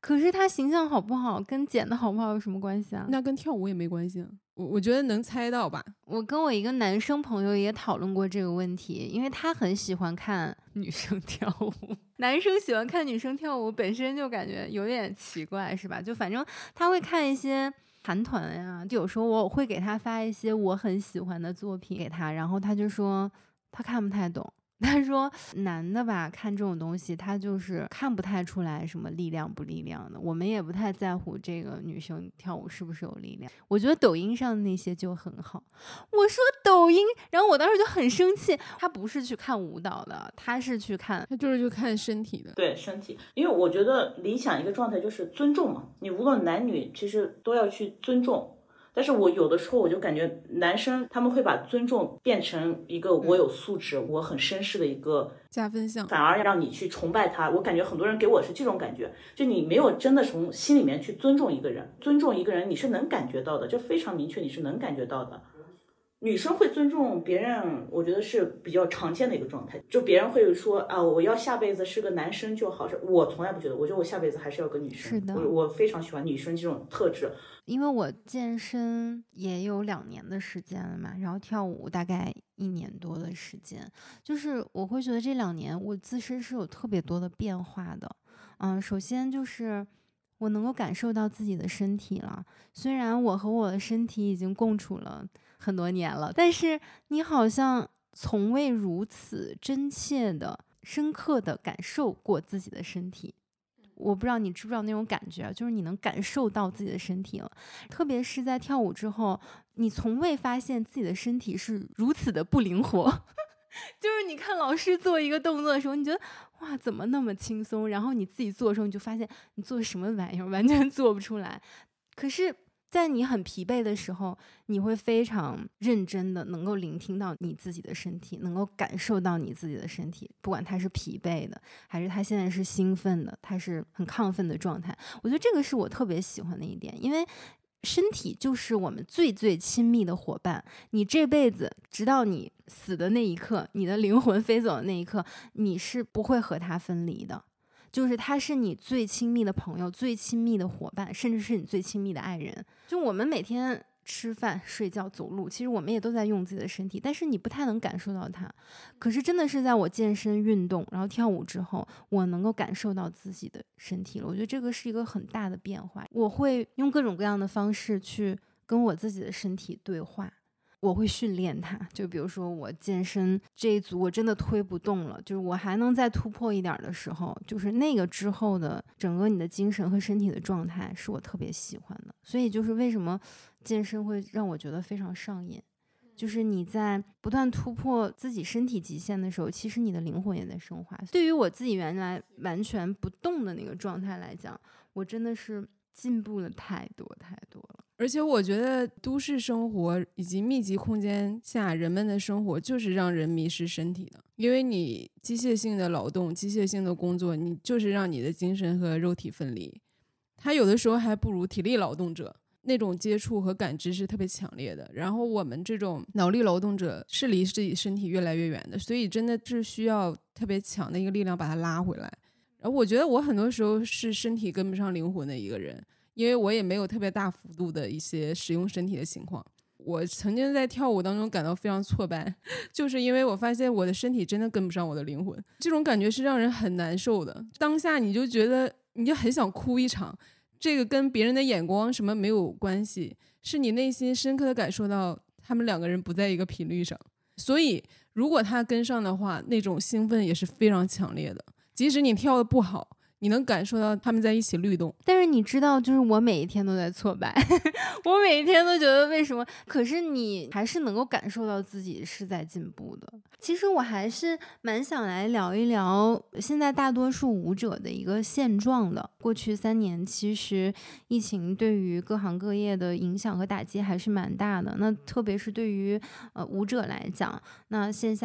可是他形象好不好跟剪的好不好有什么关系啊？ 那跟跳舞也没关系啊。我觉得能猜到吧。 我跟我一个男生朋友也讨论过这个问题，因为他很喜欢看女生跳舞。男生喜欢看女生跳舞本身就感觉有点奇怪，是吧？就反正他会看一些韩团呀，就有时候我会给他发一些我很喜欢的作品给他，然后他就说他看不太懂。他说男的吧看这种东西他就是看不太出来什么力量不力量的，我们也不太在乎这个女生跳舞是不是有力量。我觉得抖音上的那些就很好。我说抖音，然后我当时就很生气，他不是去看舞蹈的，他是去看， 他就是去看身体的。 对身体，因为我觉得理想一个状态就是尊重嘛，你无论男女其实都要去尊重。但是我有的时候我就感觉男生他们会把尊重变成一个我有素质、我很绅士的一个加分项， 反而让你去崇拜他。我感觉很多人给我是这种感觉，就你没有真的从心里面去尊重一个人，尊重一个人你是能感觉到的，就非常明确，你是能感觉到的。女生会尊重别人，我觉得是比较常见的一个状态。就别人会说啊，我要下辈子是个男生就好，我从来不觉得，我觉得我下辈子还是要个女生。 是的， 我非常喜欢女生这种特质。 因为我健身也有2年的时间了嘛，然后跳舞大概1年多的时间，就是我会觉得这2年我自身是有特别多的变化的。首先就是我能够感受到自己的身体了，虽然我和我的身体已经共处了很多年了，但是你好像从未如此真切的、深刻的感受过自己的身体。我不知道你知不知道那种感觉，就是你能感受到自己的身体了，特别是在跳舞之后，你从未发现自己的身体是如此的不灵活。就是你看老师做一个动作的时候，你觉得哇怎么那么轻松，然后你自己做的时候你就发现你做什么玩意儿完全做不出来。可是在你很疲惫的时候，你会非常认真的能够聆听到你自己的身体，能够感受到你自己的身体，不管它是疲惫的还是它现在是兴奋的，它是很亢奋的状态。我觉得这个是我特别喜欢的一点，因为身体就是我们最最亲密的伙伴，你这辈子直到你死的那一刻，你的灵魂飞走的那一刻，你是不会和它分离的，就是他是你最亲密的朋友、最亲密的伙伴，甚至是你最亲密的爱人。就我们每天吃饭、睡觉、走路，其实我们也都在用自己的身体，但是你不太能感受到它。可是真的是在我健身运动然后跳舞之后，我能够感受到自己的身体了。我觉得这个是一个很大的变化。我会用各种各样的方式去跟我自己的身体对话，我会训练它。就比如说我健身这一组我真的推不动了，就是我还能再突破一点的时候，就是那个之后的整个你的精神和身体的状态是我特别喜欢的。所以就是为什么健身会让我觉得非常上瘾，就是你在不断突破自己身体极限的时候，其实你的灵魂也在升华。对于我自己原来完全不动的那个状态来讲，我真的是进步了太多太多了。 而且我觉得都市生活以及密集空间下人们的生活就是让人迷失身体的，因为你机械性的劳动、机械性的工作，你就是让你的精神和肉体分离。它有的时候还不如体力劳动者那种接触和感知是特别强烈的，然后我们这种脑力劳动者是离自己身体越来越远的，所以真的是需要特别强的一个力量把它拉回来。然后我觉得我很多时候是身体跟不上灵魂的一个人，因为我也没有特别大幅度的一些使用身体的情况。我曾经在跳舞当中感到非常挫败，就是因为我发现我的身体真的跟不上我的灵魂，这种感觉是让人很难受的。当下你就觉得你就很想哭一场，这个跟别人的眼光什么没有关系，是你内心深刻的感受到他们2个人不在一个频率上。所以如果他跟上的话，那种兴奋也是非常强烈的，即使你跳的不好，你能感受到他们在一起律动。 但是你知道，就是我每一天都在挫败我每一天都觉得为什么，可是你还是能够感受到自己是在进步的。其实我还是蛮想来聊一聊现在大多数舞者的一个现状的。过去3年其实疫情对于各行各业的影响和打击还是蛮大的，那特别是对于舞者来讲，那线下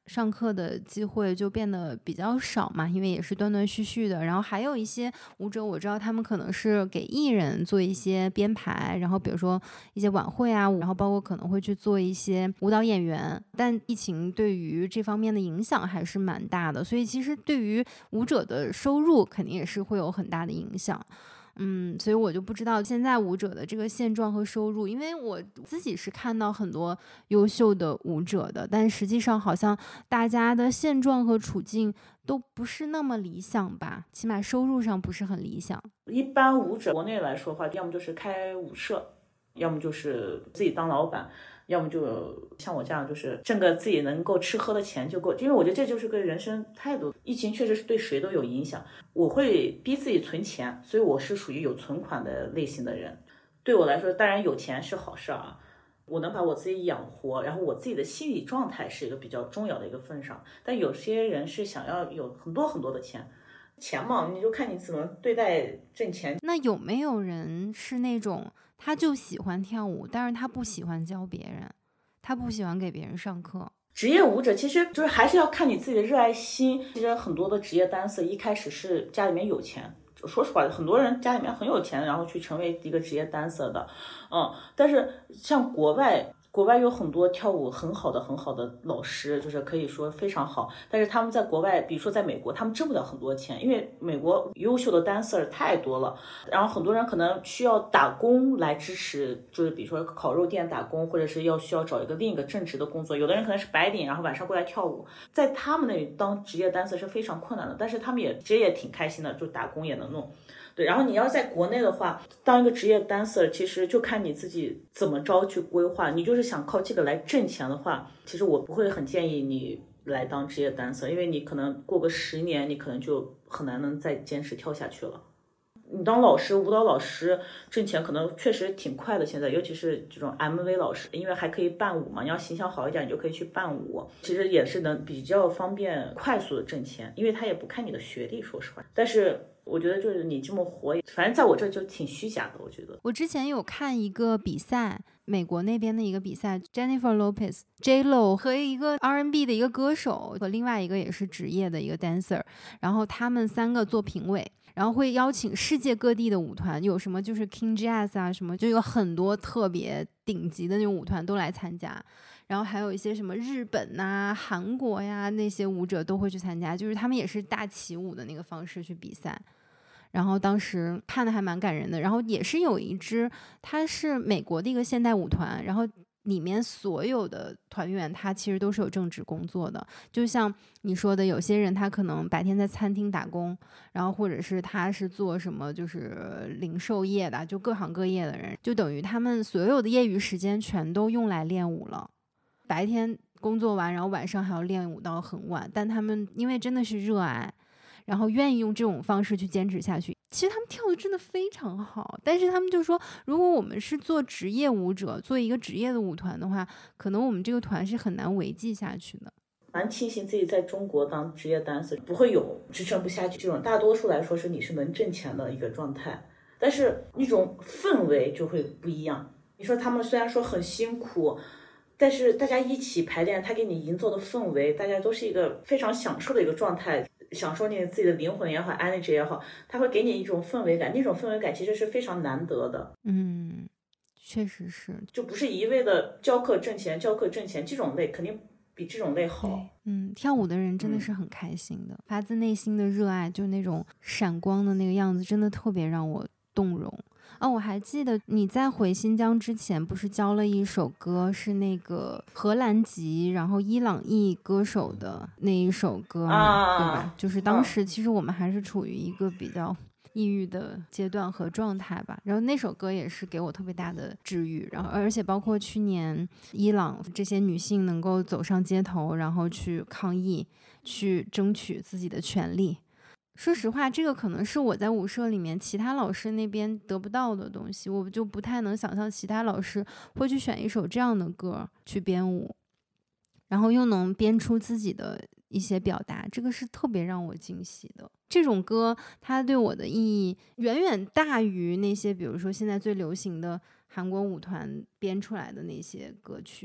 上课的机会就变得比较少嘛，因为也是断断续续的。然后还有一些舞者，我知道他们可能是给艺人做一些编排，然后比如说一些晚会啊，然后包括可能会去做一些舞蹈演员。但疫情对于这方面的影响还是蛮大的，所以其实对于舞者的收入肯定也是会有很大的影响。所以我就不知道现在舞者的这个现状和收入，因为我自己是看到很多优秀的舞者的，但实际上好像大家的现状和处境都不是那么理想吧，起码收入上不是很理想。 一般舞者国内来说的话，要么就是开舞社，要么就是自己当老板，要么就像我这样，就是挣个自己能够吃喝的钱就够。因为我觉得这就是个人生态度。疫情确实是对谁都有影响，我会逼自己存钱，所以我是属于有存款的类型的人。对我来说，当然有钱是好事啊，我能把我自己养活，然后我自己的心理状态是一个比较重要的一个份上。但有些人是想要有很多很多的钱嘛，你就看你怎么对待挣钱。 那有没有人是那种他就喜欢跳舞，但是他不喜欢教别人，他不喜欢给别人上课？ 职业舞者其实就是还是要看你自己的热爱心。其实很多的职业dancer一开始是家里面有钱，说实话，很多人家里面很有钱，然后去成为一个职业dancer的，但是像国外有很多跳舞很好的老师，就是可以说非常好，但是他们在国外，比如说在美国，他们挣不了很多钱，因为美国优秀的 dancer 太多了，然后很多人可能需要打工来支持，就是比如说烤肉店打工，或者是需要找另一个正职的工作，有的人可能是白领，然后晚上过来跳舞，在他们那里当职业 dancer 是非常困难的，但是他们其实也挺开心的，就打工也能弄。对，然后你要在国内的话，当一个职业 dancer， 其实就看你自己怎么着去规划。你就是想靠这个来挣钱的话，其实我不会很建议你来当职业 dancer， 因为你可能过个10年，你可能就很难能再坚持跳下去了。你当老师，舞蹈老师挣钱可能确实挺快的，现在尤其是这种 MV 老师，因为还可以伴舞嘛，你要形象好一点，你就可以去伴舞，其实也是能比较方便快速的挣钱，因为他也不看你的学历，说实话。但是我觉得就是你这么活，反正在我这就挺虚假的。我觉得我之前有看一个比赛，美国那边的一个比赛 ，Jennifer Lopez、J.Lo 和一个 R&B 的一个歌手和另外一个也是职业的一个 dancer， 然后他们3个做评委，然后会邀请世界各地的舞团，有什么就是 King Jazz 啊什么，就有很多特别顶级的那种舞团都来参加。然后还有一些什么日本呐、韩国呀那些舞者都会去参加，就是他们也是大起舞的那个方式去比赛。然后当时看的还蛮感人的，然后也是有一支，它是美国的一个现代舞团，然后里面所有的团员他其实都是有正职工作的，就像你说的，有些人他可能白天在餐厅打工，然后或者是他是做什么就是零售业的，就各行各业的人，就等于他们所有的业余时间全都用来练舞了，白天工作完，然后晚上还要练舞到很晚，但他们因为真的是热爱，然后愿意用这种方式去坚持下去。其实他们跳的真的非常好，但是他们就说，如果我们是做职业舞者，做一个职业的舞团的话，可能我们这个团是很难维系下去的。 蛮庆幸自己在中国当职业 dancer 不会有支撑不下去这种，大多数来说是你是能挣钱的一个状态，但是那种氛围就会不一样。你说他们虽然说很辛苦，但是大家一起排练，他给你营造的氛围，大家都是一个非常享受的一个状态，享受你自己的灵魂也好 energy 也好，它会给你一种氛围感，那种氛围感其实是非常难得的。 确实是， 就不是一味的教课挣钱这种类肯定比这种类好。 跳舞的人真的是很开心的，发自内心的热爱，就那种闪光的那个样子，真的特别让我动容。我还记得你在回新疆之前不是教了一首歌，是那个荷兰籍然后伊朗裔歌手的那一首歌嘛，对吧？就是当时其实我们还是处于一个比较抑郁的阶段和状态吧，然后那首歌也是给我特别大的治愈，然后而且包括去年伊朗这些女性能够走上街头，然后去抗议，去争取自己的权利。说实话，这个可能是我在舞社里面其他老师那边得不到的东西，我就不太能想象其他老师会去选一首这样的歌去编舞，然后又能编出自己的一些表达，这个是特别让我惊喜的。这种歌它对我的意义远远大于那些比如说现在最流行的韩国舞团编出来的那些歌曲。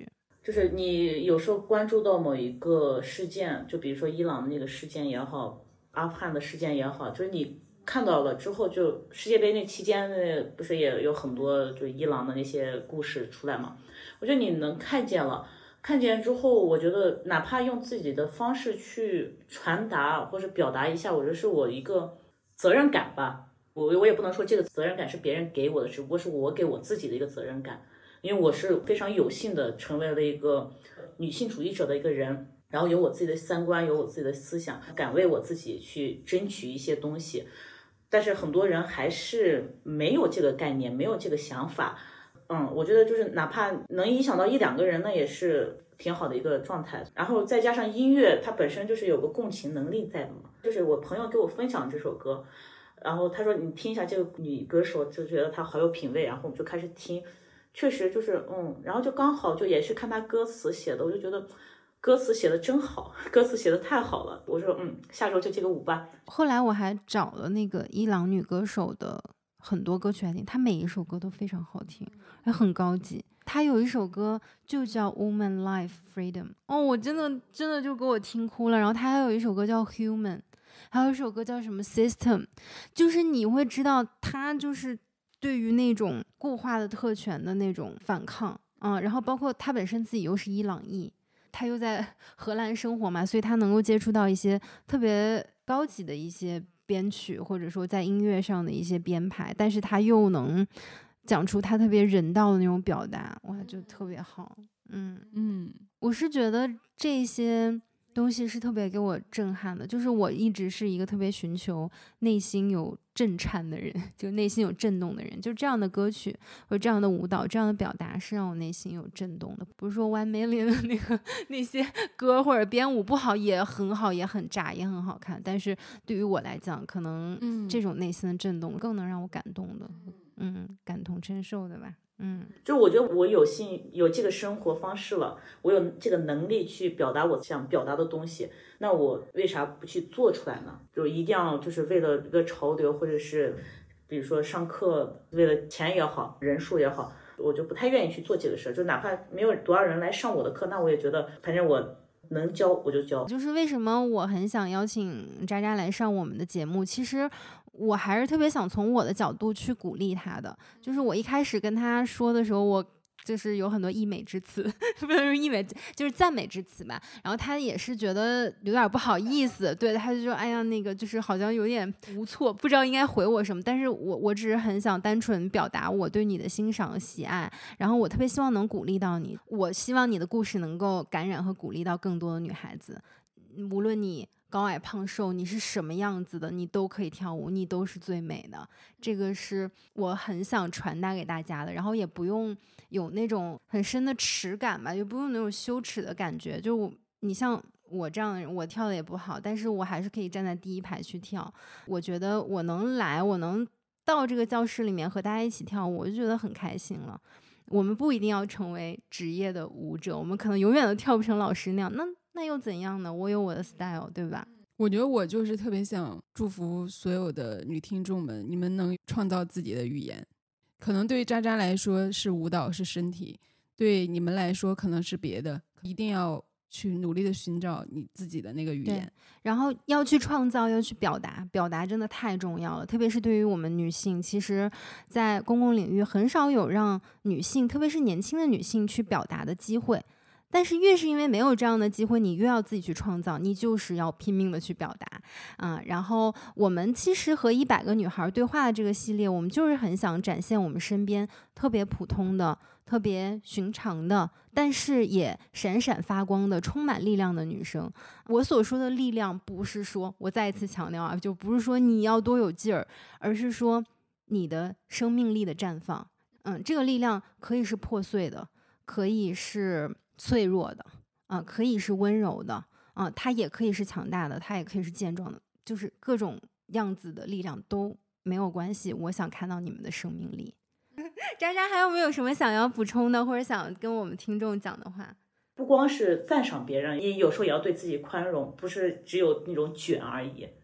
就是你有时候关注到某一个事件，就比如说伊朗的那个事件也好，阿富汗的事件也好，就是你看到了之后，就世界杯那期间不是也有很多就伊朗的那些故事出来嘛？我觉得你能看见了，看见之后，我觉得哪怕用自己的方式去传达或者表达一下，我觉得是我一个责任感吧。我也不能说这个责任感是别人给我的，只不过是我给我自己的一个责任感。因为我是非常有幸的成为了一个女性主义者的一个人，然后有我自己的三观，有我自己的思想，敢为我自己去争取一些东西。但是很多人还是没有这个概念，没有这个想法。我觉得就是哪怕能影响到一两个人，那也是挺好的一个状态。然后再加上音乐，它本身就是有个共情能力在的嘛。就是我朋友给我分享这首歌，然后他说你听一下这个女歌手，就觉得她好有品味，然后我们就开始听。确实就是然后就刚好就也是看他歌词写的，我就觉得歌词写的真好，歌词写的太好了。我说下周就这个舞吧。 后来我还找了那个伊朗女歌手的很多歌曲来听，她每一首歌都非常好听，还很高级。她有一首歌就叫 Woman Life Freedom， 我真的就给我听哭了。然后她还有一首歌叫 Human， 还有一首歌叫什么 System， 就是你会知道她就是对于那种固化的特权的那种反抗，然后包括他本身自己又是伊朗裔，他又在荷兰生活嘛，所以他能够接触到一些特别高级的一些编曲，或者说在音乐上的一些编排，但是他又能讲出他特别人道的那种表达，哇，就特别好。我是觉得这些东西是特别给我震撼的，就是我一直是一个特别寻求内心有震颤的人，就内心有震动的人，就这样的歌曲或者这样的舞蹈，这样的表达是让我内心有震动的。不是说 One Million 的那些歌或者编舞不好，也很好，也很炸，也很好看，但是对于我来讲，可能这种内心的震动更能让我感动的，感同身受的吧。 就我觉得我有幸有这个生活方式了，我有这个能力去表达我想表达的东西，那我为啥不去做出来呢？就一定要就是为了一个潮流，或者是比如说上课为了钱也好，人数也好，我就不太愿意去做这个事。就哪怕没有多少人来上我的课，那我也觉得反正我能教我就教。 就是为什么我很想邀请渣渣来上我们的节目，其实我还是特别想从我的角度去鼓励他的。就是我一开始跟他说的时候，我就是有很多溢美之词，不能说溢美，就是赞美之词吧。然后他也是觉得有点不好意思，对，他就说哎呀那个就是好像有点无措，不知道应该回我什么。但是我只是很想单纯表达我对你的欣赏喜爱，然后我特别希望能鼓励到你，我希望你的故事能够感染和鼓励到更多的女孩子，无论你高矮胖瘦，你是什么样子的，你都可以跳舞，你都是最美的。这个是我很想传达给大家的，然后也不用有那种很深的耻感吧，也不用那种羞耻的感觉。就你像我这样的人，我跳的也不好，但是我还是可以站在第一排去跳。我觉得我能来，我能到这个教室里面和大家一起跳舞，我就觉得很开心了。我们不一定要成为职业的舞者，我们可能永远都跳不成老师那样，那又怎样呢？我有我的 style， 对吧？ 我觉得我就是特别想祝福所有的女听众们，你们能创造自己的语言。可能对于渣渣来说是舞蹈是身体，对你们来说可能是别的，一定要去努力的寻找你自己的那个语言， 然后要去创造，要去表达，表达真的太重要了。特别是对于我们女性，其实在公共领域很少有让女性，特别是年轻的女性去表达的机会。但是越是因为没有这样的机会，你越要自己去创造，你就是要拼命的去表达然后我们其实和100个女孩对话的这个系列，我们就是很想展现我们身边特别普通的、特别寻常的，但是也闪闪发光的、充满力量的女生。我所说的力量，不是说，我再一次强调就不是说你要多有劲儿，而是说你的生命力的绽放。这个力量可以是破碎的，可以是脆弱的可以是温柔的它也可以是强大的，它也可以是健壮的，就是各种样子的力量都没有关系。我想看到你们的生命力。渣渣还有没有什么想要补充的，或者想跟我们听众讲的话？ 不光是赞赏别人，也有时候也要对自己宽容，不是只有那种卷而已。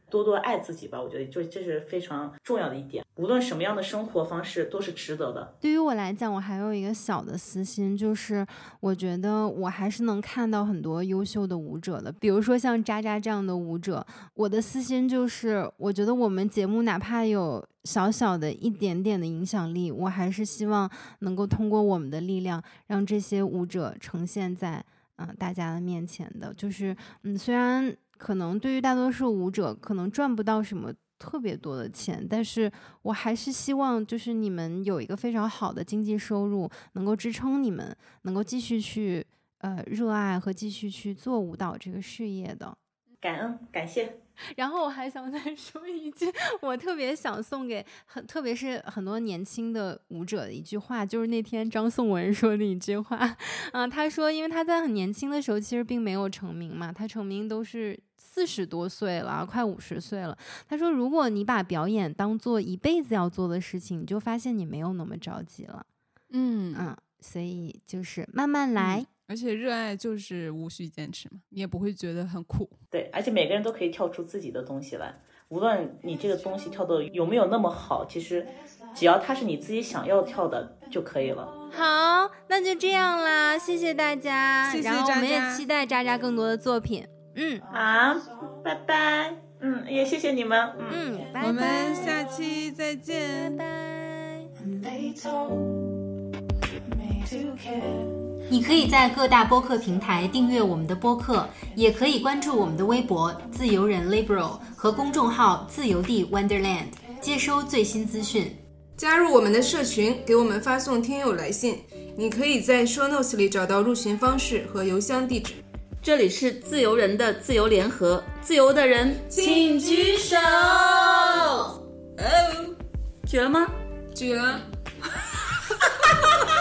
多多爱自己吧，我觉得这是非常重要的一点。无论什么样的生活方式都是值得的。 对于我来讲，我还有一个小的私心，就是我觉得我还是能看到很多优秀的舞者的，比如说像渣渣这样的舞者。我的私心就是，我觉得我们节目哪怕有小小的一点点的影响力，我还是希望能够通过我们的力量，让这些舞者呈现在大家的面前的。就是虽然可能对于大多数舞者可能赚不到什么特别多的钱，但是我还是希望就是你们有一个非常好的经济收入，能够支撑你们能够继续去热爱和继续去做舞蹈这个事业的。 感恩感谢。 然后我还想再说一句，我特别想送给特别是很多年轻的舞者的一句话，就是那天张颂文说的一句话他说因为他在很年轻的时候其实并没有成名嘛，他成名都是40多岁了，快50岁了。他说如果你把表演当做一辈子要做的事情，你就发现你没有那么着急了。所以就是慢慢来。 而且热爱就是无需坚持嘛，你也不会觉得很苦。 对，而且每个人都可以跳出自己的东西来，无论你这个东西跳的有没有那么好，其实只要它是你自己想要跳的就可以了。 好，那就这样啦，谢谢大家， 谢谢然后我们也期待渣渣更多的作品。 好，拜拜。也谢谢你们。 拜拜， 我们下期再见， 拜拜。 你可以在各大播客平台订阅我们的播客，也可以关注我们的微博自由人 Liberal 和公众号自由地 Wonderland， 接收最新资讯。 加入我们的社群，给我们发送听友来信，你可以在 show notes 里找到入群方式和邮箱地址。 这里是自由人的自由联合，自由的人请举手。举了吗？ 举了。